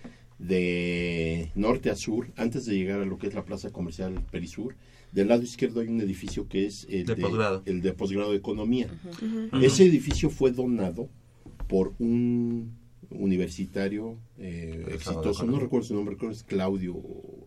de norte a sur, antes de llegar a lo que es la plaza comercial Perisur, del lado izquierdo hay un edificio que es el de, de, posgrado. el de posgrado de economía. Uh-huh. Uh-huh. Ese edificio fue donado por un universitario eh, exitoso, no recuerdo su nombre, creo que es Claudio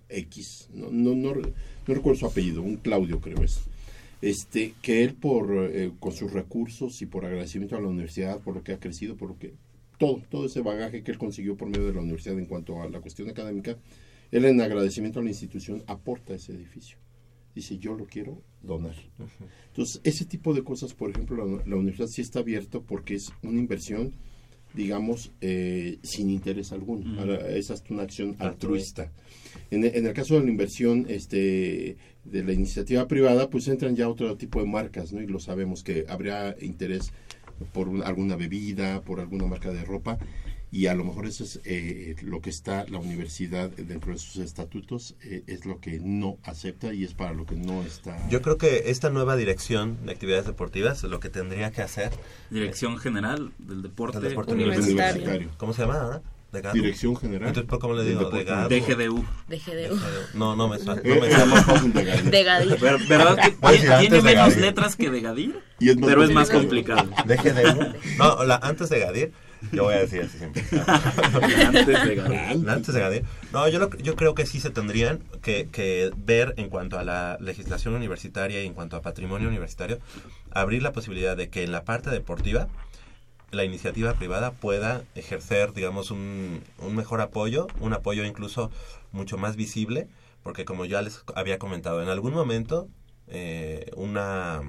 X, no, no, no, no recuerdo su apellido, un Claudio creo es. Este, que él por eh, con sus recursos y por agradecimiento a la universidad, por lo que ha crecido, por lo que todo, todo ese bagaje que él consiguió por medio de la universidad en cuanto a la cuestión académica, él en agradecimiento a la institución aporta ese edificio. Dice, yo lo quiero donar. Uh-huh. Entonces, ese tipo de cosas, por ejemplo, la, la universidad sí está abierta porque es una inversión, digamos, eh, sin interés alguno. Uh-huh. Ahora, es hasta una acción altruista. En, en el caso de la inversión este, de la iniciativa privada, pues entran ya otro tipo de marcas, ¿no? Y lo sabemos que habría interés por una, alguna bebida, por alguna marca de ropa, y a lo mejor eso es eh, lo que está la universidad dentro de sus estatutos, eh, es lo que no acepta y es para lo que no está... Yo creo que esta nueva dirección de actividades deportivas lo que tendría que hacer... Dirección eh, General del Deporte, del deporte universitario. universitario. ¿Cómo se llama ahora? ¿Degado? Dirección General. Entonces, ¿cómo le digo? ¿Degado? D G D U. D G D U. No, no me suena. No me suena. Degadir. ¿Verdad que Bueno, tiene, sí, tiene menos de letras que Degadir? Y es pero es más complicado. D G D U. No, la, antes de Gadir, yo voy a decir así siempre. antes de Gadir. Antes de Gadir. No, yo, lo, yo creo que sí se tendrían que, que ver en cuanto a la legislación universitaria y en cuanto a patrimonio universitario, abrir la posibilidad de que en la parte deportiva la iniciativa privada pueda ejercer, digamos, un, un mejor apoyo, un apoyo incluso mucho más visible, porque como ya les había comentado, en algún momento eh, una,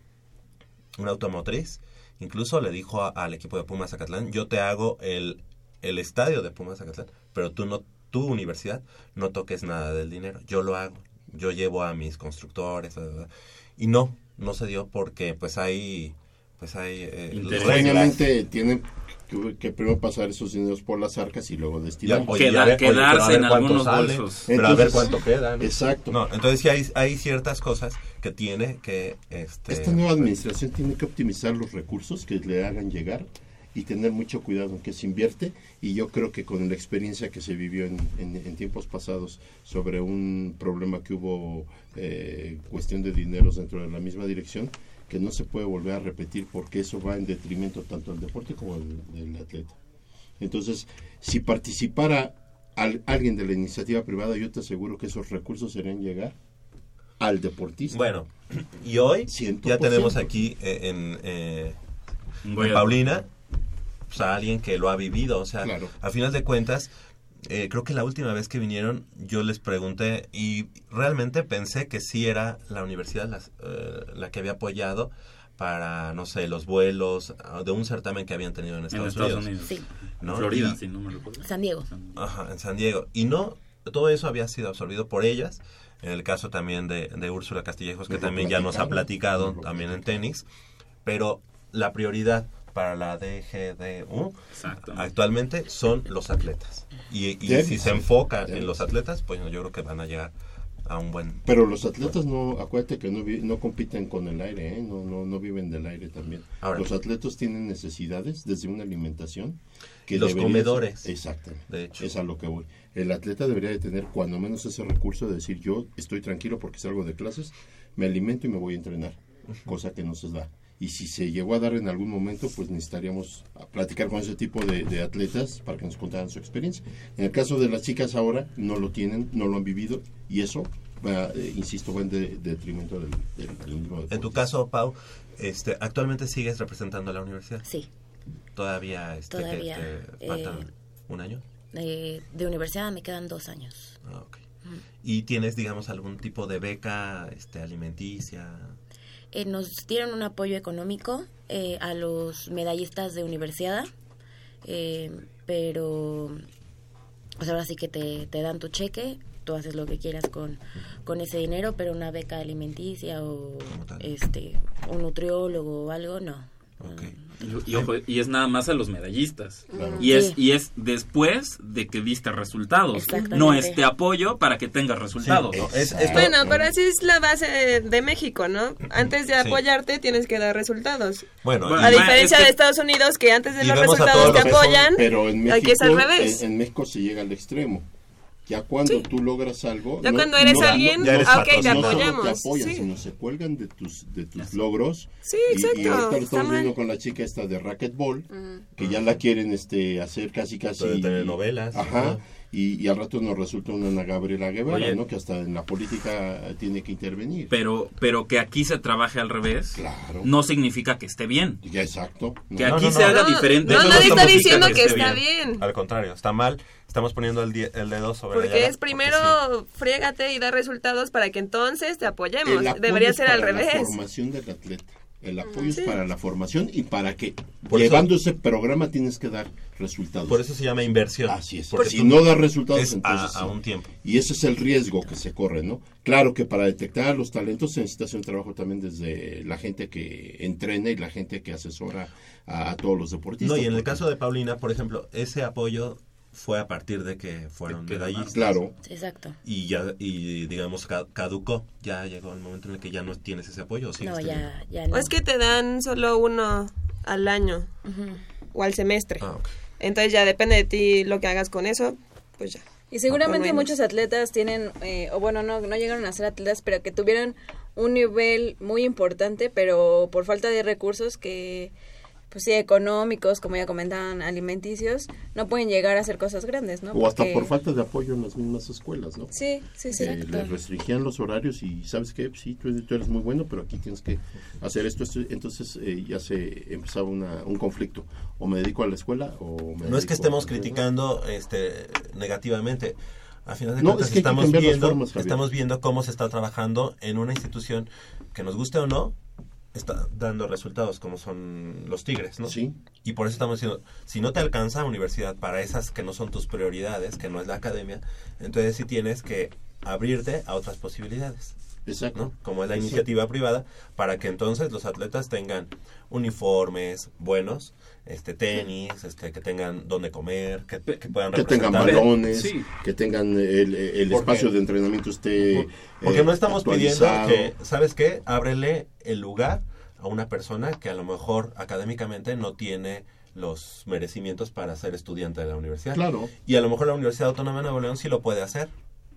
una automotriz incluso le dijo a, al equipo de Pumas Zacatlán, yo te hago el, el estadio de Pumas Zacatlán, pero tú no, tu universidad no toques nada del dinero, yo lo hago, yo llevo a mis constructores, bla, bla, bla. Y no, no se dio porque pues hay... pues hay eh, extrañamente tienen que, que primero pasar esos dineros por las arcas y luego destinar. Oye, Queda, ver, quedarse oye, en algunos sale, bolsos. Pero entonces, a ver cuánto queda, ¿no? Exacto. No, entonces sí hay, hay ciertas cosas que tiene que... Este, Esta nueva administración tiene que optimizar los recursos que le hagan llegar y tener mucho cuidado en qué se invierte, y yo creo que con la experiencia que se vivió en, en, en tiempos pasados sobre un problema que hubo, eh, cuestión de dineros dentro de la misma dirección, que no se puede volver a repetir porque eso va en detrimento tanto del deporte como del, del atleta. Entonces, si participara al, alguien de la iniciativa privada, yo te aseguro que esos recursos serían llegar al deportista. Bueno, y hoy cien por ciento. Ya tenemos aquí eh, en, eh, en Paulina pues, a alguien que lo ha vivido, o sea, claro. A final de cuentas, Eh, creo que la última vez que vinieron yo les pregunté y realmente pensé que sí era la universidad la, eh, la que había apoyado para, no sé, los vuelos de un certamen que habían tenido en Estados, en Estados Unidos. Unidos. Sí. ¿No? En Florida, y, si no me recuerdo. San Diego. Ajá, en San Diego. Y no, todo eso había sido absorbido por ellas. En el caso también de, de Úrsula Castillejos, que nos también ya nos ha platicado también en tenis. Pero la prioridad para la D G D U actualmente son los atletas. Y, y si se enfoca en los atletas, pues yo creo que van a llegar a un buen... Pero los atletas no, acuérdate que no, vi, no compiten con el aire, ¿eh? no, no, no viven del aire también. Ahora, los atletas tienen necesidades desde una alimentación que los comedores. Ser, exactamente, de hecho. Es a lo que voy. El atleta debería de tener cuando menos ese recurso de decir yo estoy tranquilo porque salgo de clases, me alimento y me voy a entrenar, uh-huh. cosa que no se da. Y si se llegó a dar en algún momento, pues necesitaríamos platicar con ese tipo de, de atletas para que nos contaran su experiencia. En el caso de las chicas ahora, no lo tienen, no lo han vivido, y eso, va, eh, insisto, va en de, de detrimento del, del, del mismo deporte. En tu caso, Pau, este, ¿actualmente sigues representando a la universidad? Sí. ¿Todavía, este, Todavía te, te faltan eh, un año? Eh, de universidad me quedan dos años. Ah, okay. uh-huh. ¿Y tienes, digamos, algún tipo de beca este, alimenticia? Eh, nos dieron un apoyo económico eh, a los medallistas de universidad, eh, pero pues ahora sí que te, te dan tu cheque tú haces lo que quieras con, con ese dinero, pero una beca alimenticia o este un nutriólogo o algo, no. Okay. Y, y, ojo, y es nada más a los medallistas. Claro. Y es sí. y es después de que diste resultados. No es te apoyo para que tengas resultados. Sí, es, es bueno, pero así es la base de México, ¿no? Antes de apoyarte sí. tienes que dar resultados. Bueno, a diferencia es que, de Estados Unidos, que antes de los resultados te apoyan, pero en México, aquí es al revés. En, en México se llega al extremo. Ya cuando sí. tú logras algo, ya no, cuando eres no, alguien, no, eres okay, te apoyamos. No solo te apoyan, sí. sino se cuelgan de tus de tus logros. Sí, exacto. Y, y ahorita lo estamos viendo con la chica esta de racquetball, uh-huh. que ya la quieren este hacer casi casi de telenovelas. Ajá. ¿no? Y, y al rato nos resulta una Ana Gabriela Guevara, Oye, ¿no? Que hasta en la política tiene que intervenir. Pero pero que aquí se trabaje al revés, claro. no significa que esté bien. Ya, exacto. No. Que aquí no, no, se no. haga no, diferente. No, no nadie está diciendo que, que está bien. bien. Al contrario, está mal. Estamos poniendo el, die- el dedo sobre porque la llaga, es primero porque sí. friégate y da resultados para que entonces te apoyemos. Debería ser al revés. La formación del atleta. El apoyo sí. es para la formación y para que por llevando eso, ese programa tienes que dar resultados. Por eso se llama inversión. Así es. Porque si no da resultados, es entonces a, a un tiempo. Y ese es el riesgo que se corre, ¿no? Claro que para detectar los talentos se necesita hacer un trabajo también desde la gente que entrena y la gente que asesora a, a todos los deportistas. No, y en porque... el caso de Paulina, por ejemplo, ese apoyo fue a partir de que fueron medallistas. Claro. Exacto. Y ya, y digamos, caducó. Ya llegó el momento en el que ya no tienes ese apoyo. ¿Sí? No, ya, ya no. O es que te dan solo uno al año uh-huh. o al semestre. Ah, okay. Entonces ya depende de ti lo que hagas con eso, pues ya. Y seguramente muchos atletas tienen, eh, o bueno, no, no llegaron a ser atletas, pero que tuvieron un nivel muy importante, pero por falta de recursos que... pues sí, económicos, como ya comentaban, alimenticios, no pueden llegar a hacer cosas grandes, ¿no? O hasta Porque... por falta de apoyo en las mismas escuelas, ¿no? Sí, sí, sí. Eh, les restringían los horarios y, ¿sabes qué? Sí, tú, tú eres muy bueno, pero aquí tienes que hacer esto, esto. Entonces eh, ya se empezaba una, un conflicto. O me dedico a la escuela o me No es que estemos criticando este negativamente. A final de no, cuentas es que estamos viendo, formas, estamos viendo cómo se está trabajando en una institución que nos guste o no, está dando resultados como son los Tigres, ¿no? Sí. Y por eso estamos diciendo, si no te alcanza la universidad para esas que no son tus prioridades, que no es la academia, entonces sí tienes que abrirte a otras posibilidades. Exacto. ¿no? Como es la Exacto. iniciativa privada, para que entonces los atletas tengan uniformes buenos, este tenis, este que tengan donde comer, que, que puedan que tengan balones, sí. que tengan el, el porque, espacio de entrenamiento esté porque eh, no estamos pidiendo que, ¿sabes qué? Ábrele el lugar a una persona que a lo mejor académicamente no tiene los merecimientos para ser estudiante de la universidad. Claro. Y a lo mejor la Universidad Autónoma de Nuevo León sí lo puede hacer.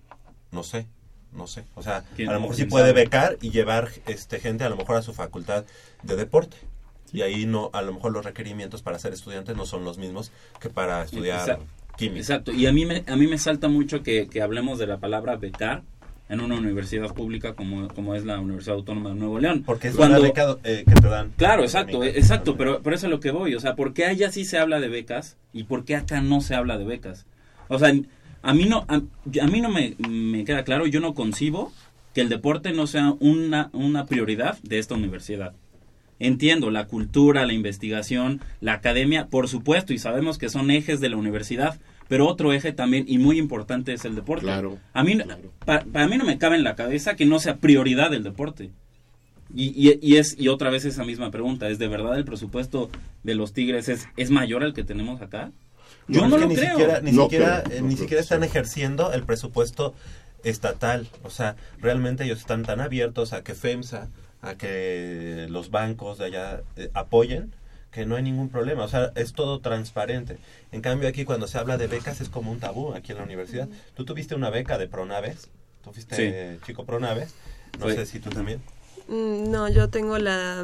No sé. No sé, o sea, a lo mejor sí puede becar y llevar este gente a lo mejor a su facultad de deporte. Y ahí no, a lo mejor los requerimientos para ser estudiante no son los mismos que para estudiar Exacto. química. Exacto, y a mí me, a mí me salta mucho que, que hablemos de la palabra becar en una universidad pública como, como es la Universidad Autónoma de Nuevo León. Porque es Cuando, una beca eh, que te dan. Claro, exacto, exacto, pero, pero eso es lo que voy. O sea, ¿por qué allá sí se habla de becas y por qué acá no se habla de becas? O sea, a mí no, a, a mí no me, me queda claro, yo no concibo que el deporte no sea una, una prioridad de esta universidad. Entiendo, la cultura, la investigación, la academia, por supuesto, y sabemos que son ejes de la universidad, pero otro eje también, y muy importante, es el deporte. Claro. A mí, claro. Para, para mí no me cabe en la cabeza que no sea prioridad el deporte. Y, y, y es y otra vez esa misma pregunta, ¿es de verdad el presupuesto de los Tigres es, es mayor al que tenemos acá? Yo no, no lo ni creo. Siquiera, ni no siquiera, creo, eh, no ni creo siquiera están sí. ejerciendo el presupuesto estatal. O sea, realmente ellos están tan abiertos a que FEMSA, a que los bancos de allá eh, apoyen, que no hay ningún problema. O sea, es todo transparente. En cambio, aquí cuando se habla de becas es como un tabú aquí en la universidad. Mm. ¿Tú tuviste una beca de Pronaves? ¿Tú fuiste sí. chico Pronaves? No sí. sé si tú también. Mm, no, yo tengo la...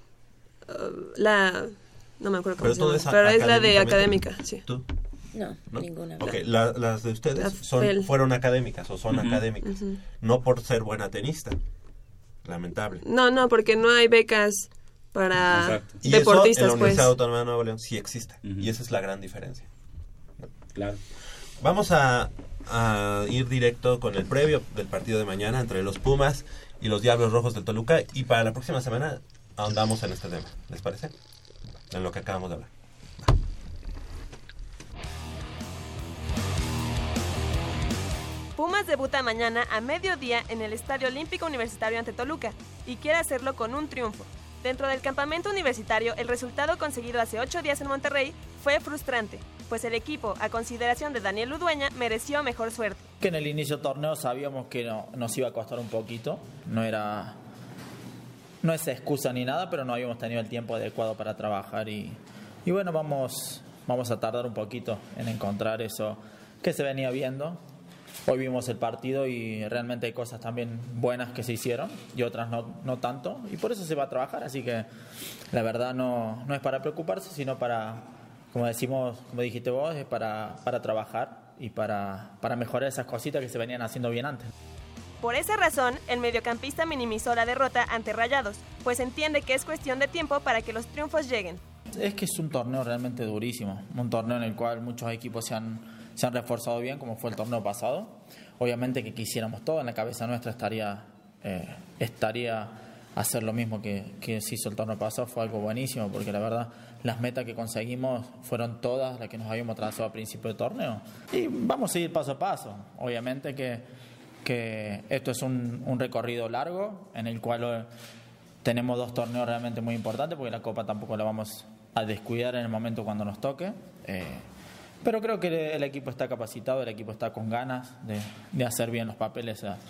Uh, la... No me acuerdo cómo pero se llama, es pero es la de académica, sí. ¿Tú? No, ¿No? ninguna. Ok, la, las de ustedes son, fueron académicas o son uh-huh, académicas, uh-huh. no por ser buena tenista, lamentable. No, no, porque no hay becas para Exacto. deportistas, y eso en la Universidad pues. Autónoma de Nuevo León sí existe, uh-huh. y esa es la gran diferencia. Claro. Vamos a, a ir directo con el previo del partido de mañana entre los Pumas y los Diablos Rojos del Toluca, y para la próxima semana ahondamos en este tema, ¿les parece? En lo que acabamos de hablar. Pumas debuta mañana a mediodía en el Estadio Olímpico Universitario ante Toluca y quiere hacerlo con un triunfo. Dentro del campamento universitario, el resultado conseguido hace ocho días en Monterrey fue frustrante, pues el equipo, a consideración de Daniel Udueña, mereció mejor suerte. Que en el inicio del torneo sabíamos que no, nos iba a costar un poquito, no era no es excusa ni nada, pero no habíamos tenido el tiempo adecuado para trabajar y, y bueno, vamos, vamos a tardar un poquito en encontrar eso que se venía viendo. Hoy vimos el partido y realmente hay cosas también buenas que se hicieron y otras no, no tanto, y por eso se va a trabajar, así que la verdad no, no es para preocuparse, sino para, como decimos, como dijiste vos, es para, para trabajar y para, para mejorar esas cositas que se venían haciendo bien antes. Por esa razón, el mediocampista minimizó la derrota ante Rayados, pues entiende que es cuestión de tiempo para que los triunfos lleguen. Es que es un torneo realmente durísimo, un torneo en el cual muchos equipos se han, se han reforzado bien, como fue el torneo pasado. Obviamente que quisiéramos todo, en la cabeza nuestra estaría, eh, estaría hacer lo mismo que, que se hizo el torneo pasado, fue algo buenísimo, porque la verdad las metas que conseguimos fueron todas las que nos habíamos trazado al principio del torneo. Y vamos a seguir paso a paso, obviamente que... que esto es un, un recorrido largo en el cual tenemos dos torneos realmente muy importantes, porque la Copa tampoco la vamos a descuidar en el momento cuando nos toque, eh, pero creo que el equipo está capacitado, el equipo está con ganas de, de hacer bien los papeles a,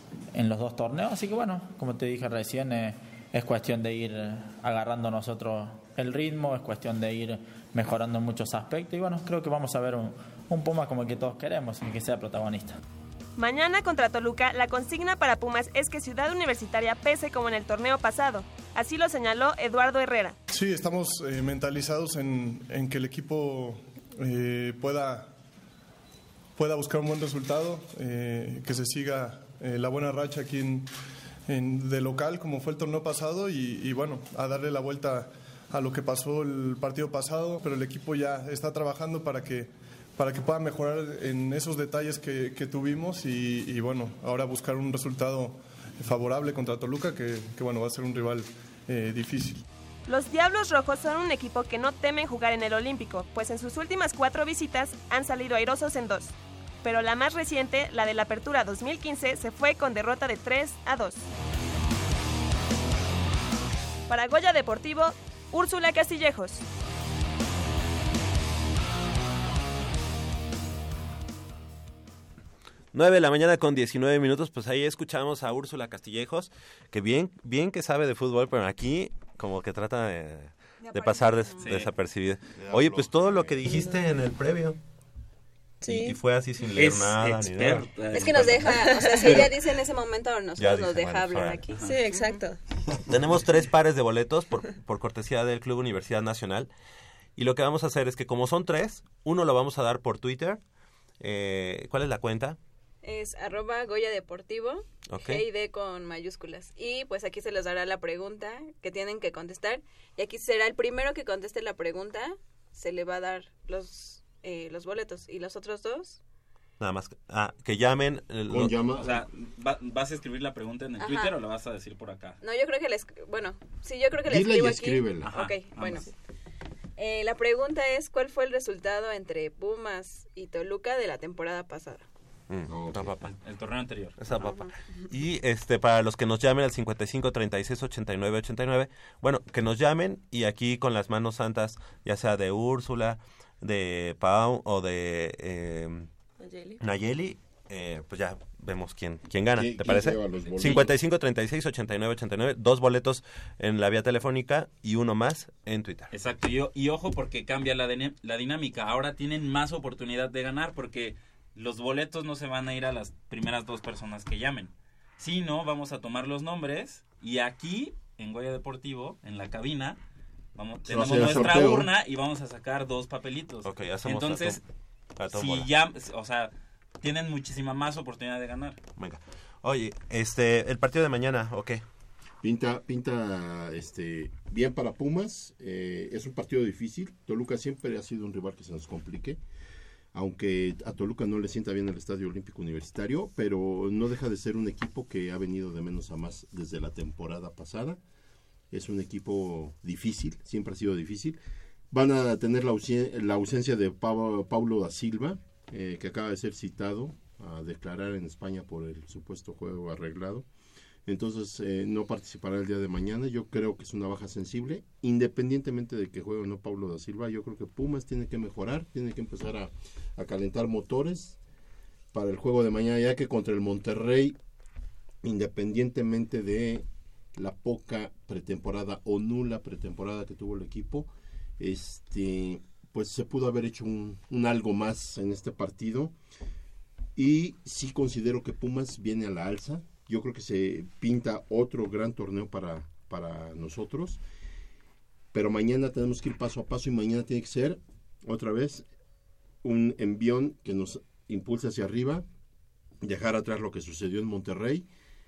en los dos torneos, así que bueno, como te dije recién, eh, es cuestión de ir agarrando nosotros el ritmo, es cuestión de ir mejorando en muchos aspectos y bueno, creo que vamos a ver un, un Puma como el que todos queremos y que sea protagonista. Mañana contra Toluca, la consigna para Pumas es que Ciudad Universitaria pese como en el torneo pasado. Así lo señaló Eduardo Herrera. Sí, estamos eh, mentalizados en, en que el equipo eh, pueda, pueda buscar un buen resultado, eh, que se siga eh, la buena racha aquí en, en, de local como fue el torneo pasado y, y bueno, a darle la vuelta a lo que pasó el partido pasado, pero el equipo ya está trabajando para que para que pueda mejorar en esos detalles que, que tuvimos y, y bueno, ahora buscar un resultado favorable contra Toluca, que, que bueno, va a ser un rival eh, difícil. Los Diablos Rojos son un equipo que no temen jugar en el Olímpico, pues en sus últimas cuatro visitas han salido airosos en dos. Pero la más reciente, la de la Apertura dos mil quince, se fue con derrota de tres a dos. Para Goya Deportivo, Úrsula Castillejos. nueve de la mañana con diecinueve minutos, pues ahí escuchamos a Úrsula Castillejos, que bien bien que sabe de fútbol, pero aquí como que trata de, de pasar des, sí. desapercibida. Oye, pues todo lo que dijiste en el previo. Sí. Y, y fue así sin leer es nada ni nada. Es que nos deja, o sea, si ella dice en ese momento, nosotros nos deja hablar fuera. Aquí. Sí, exacto. Tenemos tres pares de boletos por, por cortesía del Club Universidad Nacional. Y lo que vamos a hacer es que como son tres, uno lo vamos a dar por Twitter. Eh, ¿Cuál es la cuenta? Es arroba Goya Deportivo, okay. G y D con mayúsculas. Y pues aquí se les dará la pregunta que tienen que contestar. Y aquí será el primero que conteste la pregunta, se le va a dar los eh, los boletos. ¿Y los otros dos? Nada más, ah, que llamen. Lo, llama? O sea, ¿va, ¿vas a escribir la pregunta en el Ajá. Twitter o la vas a decir por acá? No, yo creo que les, bueno, sí, yo creo que le escribo y aquí. Escríbela. Ajá, ok, bueno. Eh, la pregunta es, ¿cuál fue el resultado entre Pumas y Toluca de la temporada pasada? Mm, okay. papa. El, el torneo anterior. Esa papa. Uh-huh. Y este para los que nos llamen al cincuenta y cinco, treinta y seis, ochenta y nueve, ochenta y nueve, bueno, que nos llamen y aquí con las manos santas, ya sea de Úrsula, de Pau o de eh, Nayeli, Nayeli eh, pues ya vemos quién quién gana, ¿te parece? cincuenta y cinco, treinta y seis, ochenta y nueve, ochenta y nueve, dos boletos en la vía telefónica y uno más en Twitter. Exacto, y, y ojo porque cambia la, de, la dinámica, ahora tienen más oportunidad de ganar porque los boletos no se van a ir a las primeras dos personas que llamen, sino vamos a tomar los nombres y aquí, en Goya Deportivo, en la cabina, vamos, tenemos nuestra sorteo. urna y vamos a sacar dos papelitos. Okay, hacemos Entonces, a to- a si ya, o sea, tienen muchísima más oportunidad de ganar. Venga. Oye, este, el partido de mañana, ¿o qué? Pinta, pinta, este, bien para Pumas, eh, es un partido difícil, Toluca siempre ha sido un rival que se nos complique, aunque a Toluca no le sienta bien el Estadio Olímpico Universitario, pero no deja de ser un equipo que ha venido de menos a más desde la temporada pasada. Es un equipo difícil, siempre ha sido difícil. Van a tener la, ausen- la ausencia de pa- Paulo da Silva, eh, que acaba de ser citado a declarar en España por el supuesto juego arreglado. Entonces eh, no participará el día de mañana. Yo creo que es una baja sensible, independientemente de que juegue o no Paulo da Silva. Yo creo que Pumas tiene que mejorar, tiene que empezar a, a calentar motores para el juego de mañana, ya que contra el Monterrey, independientemente de la poca pretemporada o nula pretemporada que tuvo el equipo, este pues se pudo haber hecho un, un algo más en este partido, y sí considero que Pumas viene a la alza. Yo creo que se pinta otro gran torneo para, para nosotros, pero mañana tenemos que ir paso a paso, y mañana tiene que ser otra vez un envión que nos impulse hacia arriba, dejar atrás lo que sucedió en Monterrey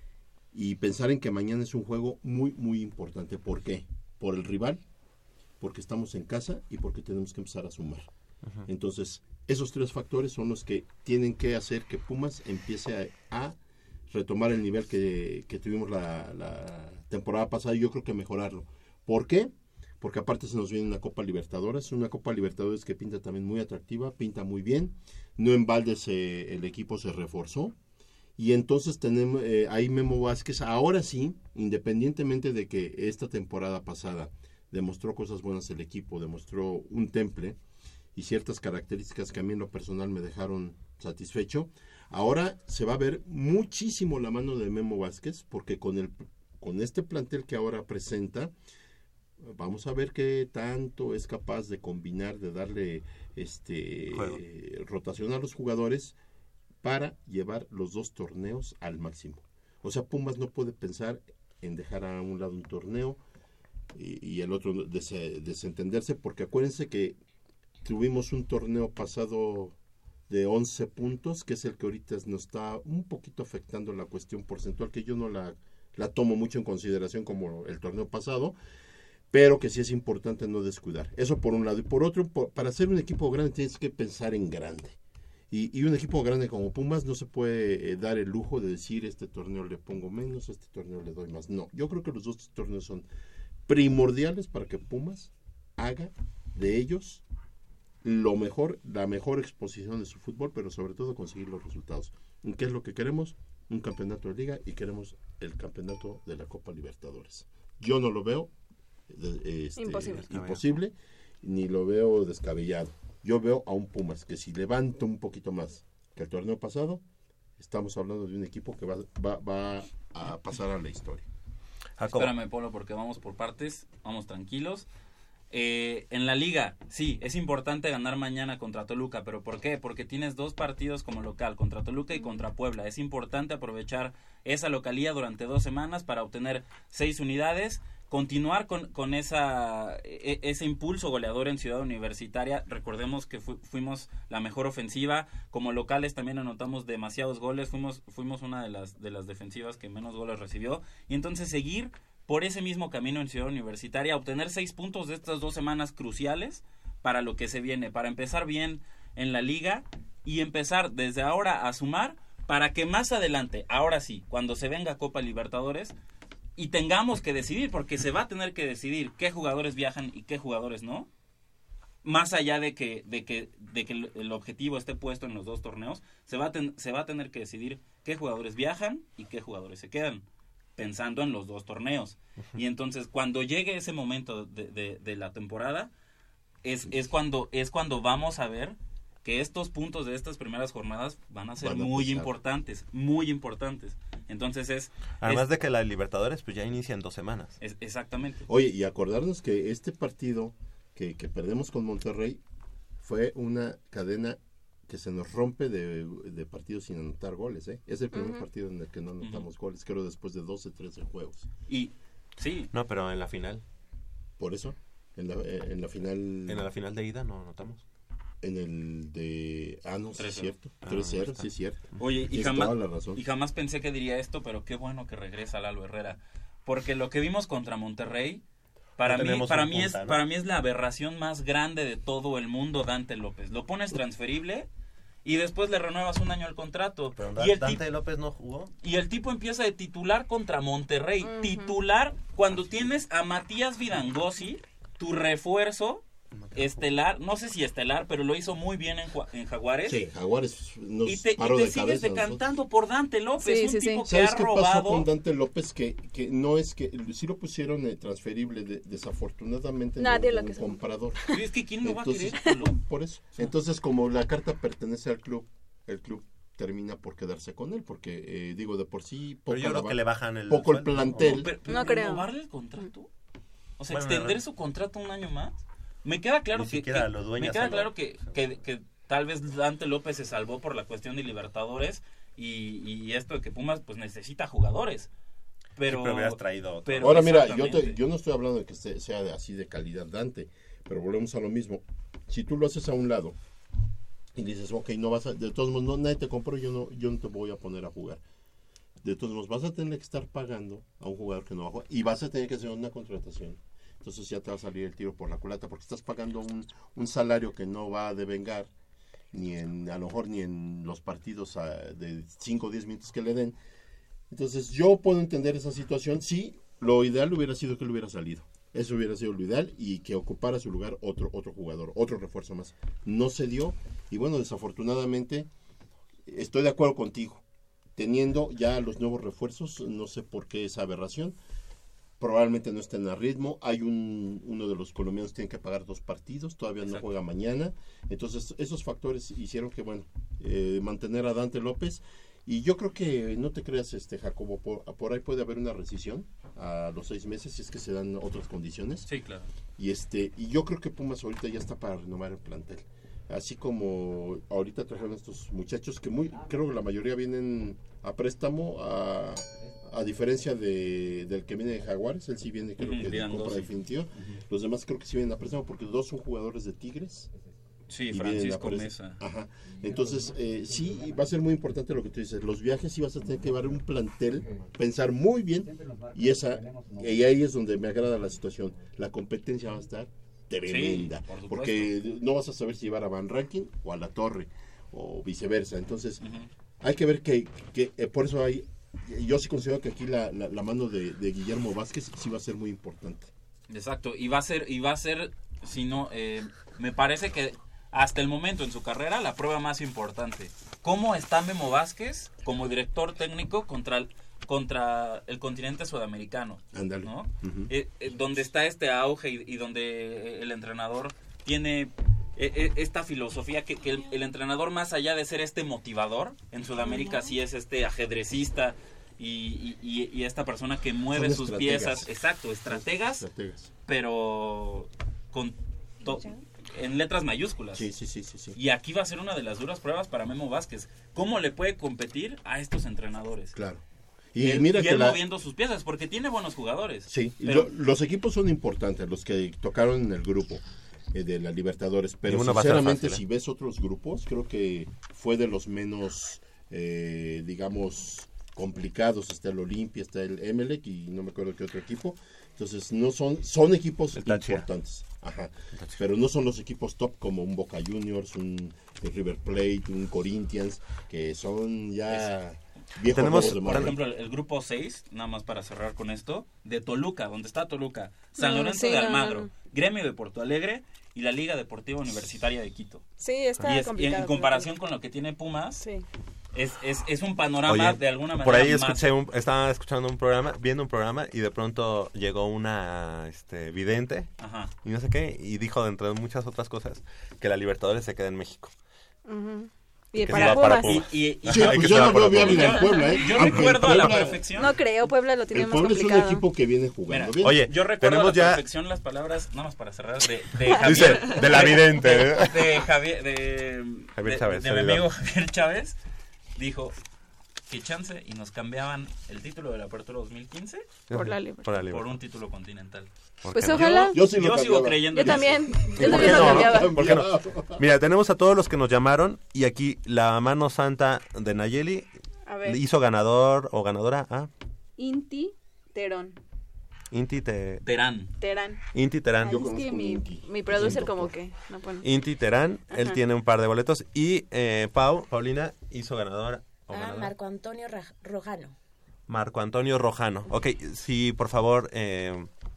y pensar en que mañana es un juego muy muy importante. ¿Por qué? Por el rival, porque estamos en casa y porque tenemos que empezar a sumar. Uh-huh. Entonces, esos tres factores son los que tienen que hacer que Pumas empiece a, a retomar el nivel que, que tuvimos la, la temporada pasada, y yo creo que mejorarlo. ¿Por qué? Porque aparte se nos viene una Copa Libertadores, una Copa Libertadores que pinta también muy atractiva, pinta muy bien. No en balde se, el equipo se reforzó, y entonces tenemos eh, ahí Memo Vázquez, ahora sí, independientemente de que esta temporada pasada demostró cosas buenas el equipo, demostró un temple y ciertas características que a mí en lo personal me dejaron satisfecho. Ahora se va a ver muchísimo la mano de Memo Vázquez, porque con el con este plantel que ahora presenta, vamos a ver qué tanto es capaz de combinar, de darle este eh, rotación a los jugadores para llevar los dos torneos al máximo. O sea, Pumas no puede pensar en dejar a un lado un torneo y, y el otro des, desentenderse, porque acuérdense que tuvimos un torneo pasado de once puntos, que es el que ahorita nos está un poquito afectando la cuestión porcentual, que yo no la, la tomo mucho en consideración como el torneo pasado, pero que sí es importante no descuidar. Eso por un lado. Y por otro, por, para ser un equipo grande tienes que pensar en grande. Y, y un equipo grande como Pumas no se puede eh, dar el lujo de decir, este torneo le pongo menos, este torneo le doy más. No, yo creo que los dos torneos son primordiales para que Pumas haga de ellos lo mejor, la mejor exposición de su fútbol, pero sobre todo conseguir los resultados. ¿Y qué es lo que queremos? Un campeonato de liga, y queremos el campeonato de la Copa Libertadores. Yo no lo veo de, este, imposible. imposible, ni lo veo descabellado. Yo veo a un Pumas que si levanta un poquito más que el torneo pasado, estamos hablando de un equipo que va, va, va a pasar a la historia. Jacob. Espérame, Polo, porque vamos por partes, vamos tranquilos. Eh, en la liga, sí, es importante ganar mañana contra Toluca, pero ¿por qué? Porque tienes dos partidos como local, contra Toluca y contra Puebla. Es importante aprovechar esa localía durante dos semanas para obtener seis unidades, continuar con, con esa e, ese impulso goleador en Ciudad Universitaria. Recordemos que fu, fuimos la mejor ofensiva, como locales también anotamos demasiados goles, fuimos fuimos una de las de las defensivas que menos goles recibió, y entonces seguir por ese mismo camino en Ciudad Universitaria, obtener seis puntos de estas dos semanas cruciales para lo que se viene, para empezar bien en la liga y empezar desde ahora a sumar para que más adelante, ahora sí, cuando se venga Copa Libertadores y tengamos que decidir, porque se va a tener que decidir qué jugadores viajan y qué jugadores no, más allá de que de que de que el, el objetivo esté puesto en los dos torneos, se va a ten, se va a tener que decidir qué jugadores viajan y qué jugadores se quedan, pensando en los dos torneos. Uh-huh. Y entonces cuando llegue ese momento de, de, de la temporada es, es cuando es cuando vamos a ver que estos puntos de estas primeras jornadas van a ser van a muy pesar. importantes, muy importantes. Entonces es... Además es, de que la Libertadores pues ya inicia en dos semanas. Es, exactamente. Oye, y acordarnos que este partido que, que perdemos con Monterrey fue una cadena que se nos rompe de, de partidos sin anotar goles, ¿eh? Es el primer uh-huh. partido en el que no anotamos uh-huh. goles, creo después de doce, trece juegos. Y, sí. No, pero en la final. Por eso, en la, en la final... En la final de ida no anotamos. En el de... Ah, no, sí es cierto. tres cero, sí es cierto. Oye, y jamás, y jamás pensé que diría esto, pero qué bueno que regresa Lalo Herrera. Porque lo que vimos contra Monterrey, para mí para mí punta, es ¿no? para mí es la aberración más grande de todo el mundo, Dante López. Lo pones transferible y después le renuevas un año el contrato. Pero y el Dante tipo, López no jugó. Y el tipo empieza de titular contra Monterrey. Uh-huh. Titular cuando tienes a Matías Vidangosi, tu refuerzo, estelar, no sé si estelar, pero lo hizo muy bien en, en Jaguares. Sí, Jaguares nos y te, paró y te de sigues cabeza decantando por Dante López, Sí, un sí, tipo sí. que ha ¿Sabes qué pasó robado. con Dante López? Que, que no es que sí lo pusieron eh, transferible, de, desafortunadamente Nadie no lo hubo que un sabe. comprador. Sí, es que ¿quién lo va a Entonces, querer? por eso. Entonces, como la carta pertenece al club, el club termina por quedarse con él, porque eh, digo, de por sí poco, Pero yo creo la- que le bajan el poco el sueldo, plantel. No, pero, pero No creo. ¿renovarle el contrato? O sea, Bueno, extender re- su contrato un año más. Me queda claro Ni que, siquiera que- los dueños me queda se lo- claro que, que, que tal vez Dante López se salvó por la cuestión de Libertadores y, y esto de que Pumas pues necesita jugadores. Pero, Siempre hubieras traído otro. pero Ahora mira, yo, te- exactamente. yo no estoy hablando de que se- sea de- así de calidad Dante, pero volvemos a lo mismo. Si tú lo haces a un lado y dices, ok, no vas a, de todos modos, no, nadie te compró, yo no, yo no te voy a poner a jugar. De todos modos, vas a tener que estar pagando a un jugador que no va a jugar y vas a tener que hacer una contratación. Entonces ya te va a salir el tiro por la culata porque estás pagando un, un salario que no va a devengar ni en, a lo mejor ni en los partidos a, de cinco o diez minutos que le den. Entonces yo puedo entender esa situación. Sí, lo ideal hubiera sido que él hubiera salido. Eso hubiera sido lo ideal y que ocupara su lugar otro, otro jugador, otro refuerzo más. No se dio y bueno, desafortunadamente estoy de acuerdo contigo. Teniendo ya los nuevos refuerzos, no sé por qué esa aberración. Probablemente no estén a ritmo. Hay un uno de los colombianos tiene que pagar dos partidos, todavía no juega mañana. Entonces esos factores hicieron que bueno eh, mantener a Dante López. Y yo creo que no te creas, este Jacobo, por, por ahí puede haber una rescisión a los seis meses si es que se dan otras condiciones. Sí, claro. Y este y yo creo que Pumas ahorita ya está para renovar el plantel. Así como ahorita trajeron estos muchachos que muy creo que la mayoría vienen a préstamo, a, a diferencia de del que viene de Jaguares, él sí viene creo Ujú, que de vienen compra dos, sí. definitiva. Los demás creo que sí vienen a préstamo porque dos son jugadores de Tigres. Sí, y vienen Francisco a préstamo. Mesa. Ajá. Entonces, eh, sí, va a ser muy importante lo que tú dices. Los viajes sí vas a tener que llevar un plantel, pensar muy bien. Y esa y ahí es donde me agrada la situación. La competencia va a estar tremenda. Sí, por supuesto. Porque no vas a saber si llevar a Van Rankin o a La Torre o viceversa. Entonces, hay que ver que, que eh, por eso hay. Yo sí considero que aquí la, la, la mano de, de Guillermo Vázquez sí va a ser muy importante. Exacto, y va a ser, y va a ser, si no, eh, me parece que hasta el momento en su carrera la prueba más importante. ¿Cómo está Memo Vázquez como director técnico contra el, contra el continente sudamericano? Ándale. ¿No? Ujú. Eh, eh, donde está este auge y, y donde el entrenador tiene eh, eh, esta filosofía que, que el, el entrenador, más allá de ser este motivador, en Sudamérica sí es este ajedrecista y, y, y esta persona que mueve Son sus estrategas. piezas, exacto, estrategas, Estrategas. pero con to- en letras mayúsculas. Sí, sí, sí, sí, sí. Y aquí va a ser una de las duras pruebas para Memo Vázquez. ¿Cómo le puede competir a estos entrenadores? Claro. Y, él, mira y que él la, moviendo sus piezas, porque tiene buenos jugadores. Sí, y pero lo- los equipos son importantes, los que tocaron en el grupo eh, de la Libertadores, pero Ninguno va a ser sinceramente fácil, ¿eh? si ves otros grupos, creo que fue de los menos, eh, digamos, complicados. Está el Olimpia, está el Emelec y no me acuerdo qué otro equipo. Entonces no son, son equipos importantes, ajá, pero no son los equipos top como un Boca Juniors, un River Plate, un Corinthians, que son ya viejos Tenemos, lobos de Por mar. ejemplo, el, el grupo seis, nada más para cerrar con esto, de Toluca, donde está Toluca, San Mm, Lorenzo sí, de no, Almagro, no, no. Gremio de Porto Alegre y la Liga Deportiva Universitaria de Quito. Sí, está y, es- y complicado. en comparación con lo que tiene Pumas, Sí. es, es, es un panorama Oye, de alguna manera por ahí más- escuché un, estaba escuchando un programa, viendo un programa y de pronto llegó una este vidente Ajá. y no sé qué y dijo dentro de muchas otras cosas que la Libertadores se queda en México. Ujú. Y Que para se va Pumas. para Pumas. Y- y- y- Ajá, Sí, hay pues que yo se va no para veo bien Pumas. al Puebla, ¿eh? Yo Aunque recuerdo el a la Puebla- perfección. No creo, Puebla lo tiene El más Puebla es un complicado. equipo que viene jugando Mira, bien. Oye, yo recuerdo a la tenemos ya- perfección las palabras, nada más para cerrar, de, de Dice, Javier. de la vidente, De, ¿eh? de Javier, de, Javier de- Chávez, de mi servidor. amigo Javier Chávez, dijo que chance y nos cambiaban el título de la Apertura dos mil quince Por la Libertad. Por la por Libertad. un título continental. ¿Por Pues qué no? ojalá. Yo sí lo Yo sigo cambiaba. creyendo Yo en eso. también. Yo ¿Por qué también lo no? cambiaba. ¿Por qué no? Mira, tenemos a todos los que nos llamaron y aquí la mano santa de Nayeli A ver. hizo ganador o ganadora a Inti Terón. Inti Te- Terán. Terán. Inti Terán. Ay, Yo es conozco que un mi, Inti. mi Es producer un como doctor. que no pone. Inti Terán, él Ajá. tiene un par de boletos y eh, Pau, Paulina hizo ganadora o Ah, ganadora. Marco Antonio Ra- Rojano. Marco Antonio Rojano. Ok, sí, por favor, eh,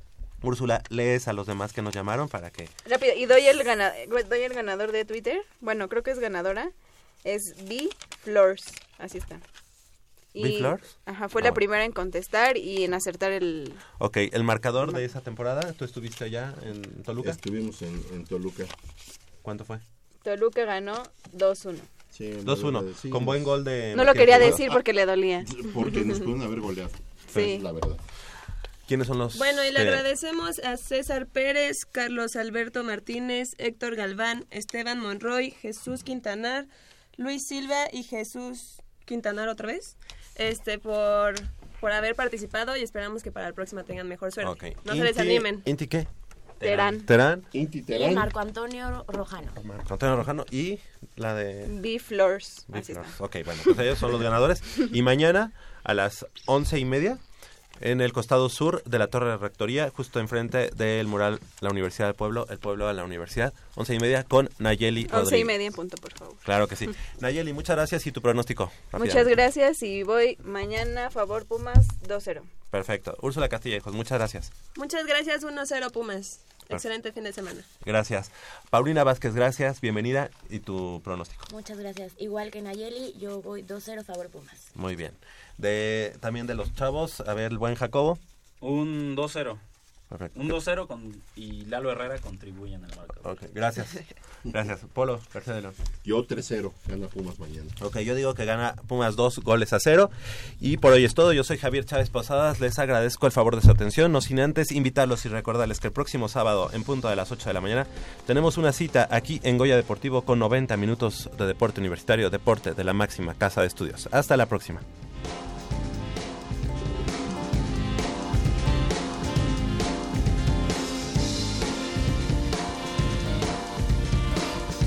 Úrsula, lees a los demás que nos llamaron para que... Rápido, y doy el, gana, doy el ganador de Twitter. Bueno, creo que es ganadora. Es B Flores, así está. ¿B Flores? Ajá, fue oh. la primera en contestar y en acertar el... Ok, el marcador de esa temporada, ¿tú estuviste allá en Toluca? Estuvimos en, en Toluca. ¿Cuánto fue? Toluca ganó dos uno. Sí, dos uno, sí, con buen gol de... No lo quería decir porque le dolía. Porque nos pueden haber goleado. Sí. La verdad. ¿Quiénes son los...? Bueno, y le que... agradecemos a César Pérez, Carlos Alberto Martínez, Héctor Galván, Esteban Monroy, Jesús Quintanar, Luis Silva y Jesús Quintanar otra vez, este por, por haber participado, y esperamos que para la próxima tengan mejor suerte. Okay. No Inti, se desanimen. ¿Inti qué? Terán. Terán. Inti Terán. Y Marco Antonio Rojano. Marco Antonio Rojano y la de... B Flores. B Flores. Ok, bueno, pues ellos son los ganadores. Y mañana a las once y media en el costado sur de la Torre de Rectoría, justo enfrente del mural La Universidad del Pueblo, el pueblo a la universidad, once y media con Nayeli Rodríguez. Once y media en punto, por favor. Claro que sí. Nayeli, muchas gracias y tu pronóstico. Muchas gracias y voy mañana, favor Pumas, dos cero. Perfecto. Úrsula Castillejos, muchas gracias. Muchas gracias, uno cero Pumas. Excelente fin de semana. Gracias. Paulina Vázquez, gracias, bienvenida y tu pronóstico. Muchas gracias. Igual que Nayeli, yo voy dos cero favor Pumas. Muy bien. De también de los chavos, a ver, el buen Jacobo. Un dos cero. Perfecto. Un dos cero con, y Lalo Herrera contribuye en el marcador. Ok, gracias. Gracias. Polo, García de León. Yo tres cero, gana Pumas mañana. Ok, yo digo que gana Pumas dos goles a cero. Y por hoy es todo. Yo soy Javier Chávez Posadas. Les agradezco el favor de su atención. No sin antes invitarlos y recordarles que el próximo sábado, en punto de las ocho de la mañana, tenemos una cita aquí en Goya Deportivo con noventa minutos de deporte universitario, deporte de la máxima casa de estudios. Hasta la próxima.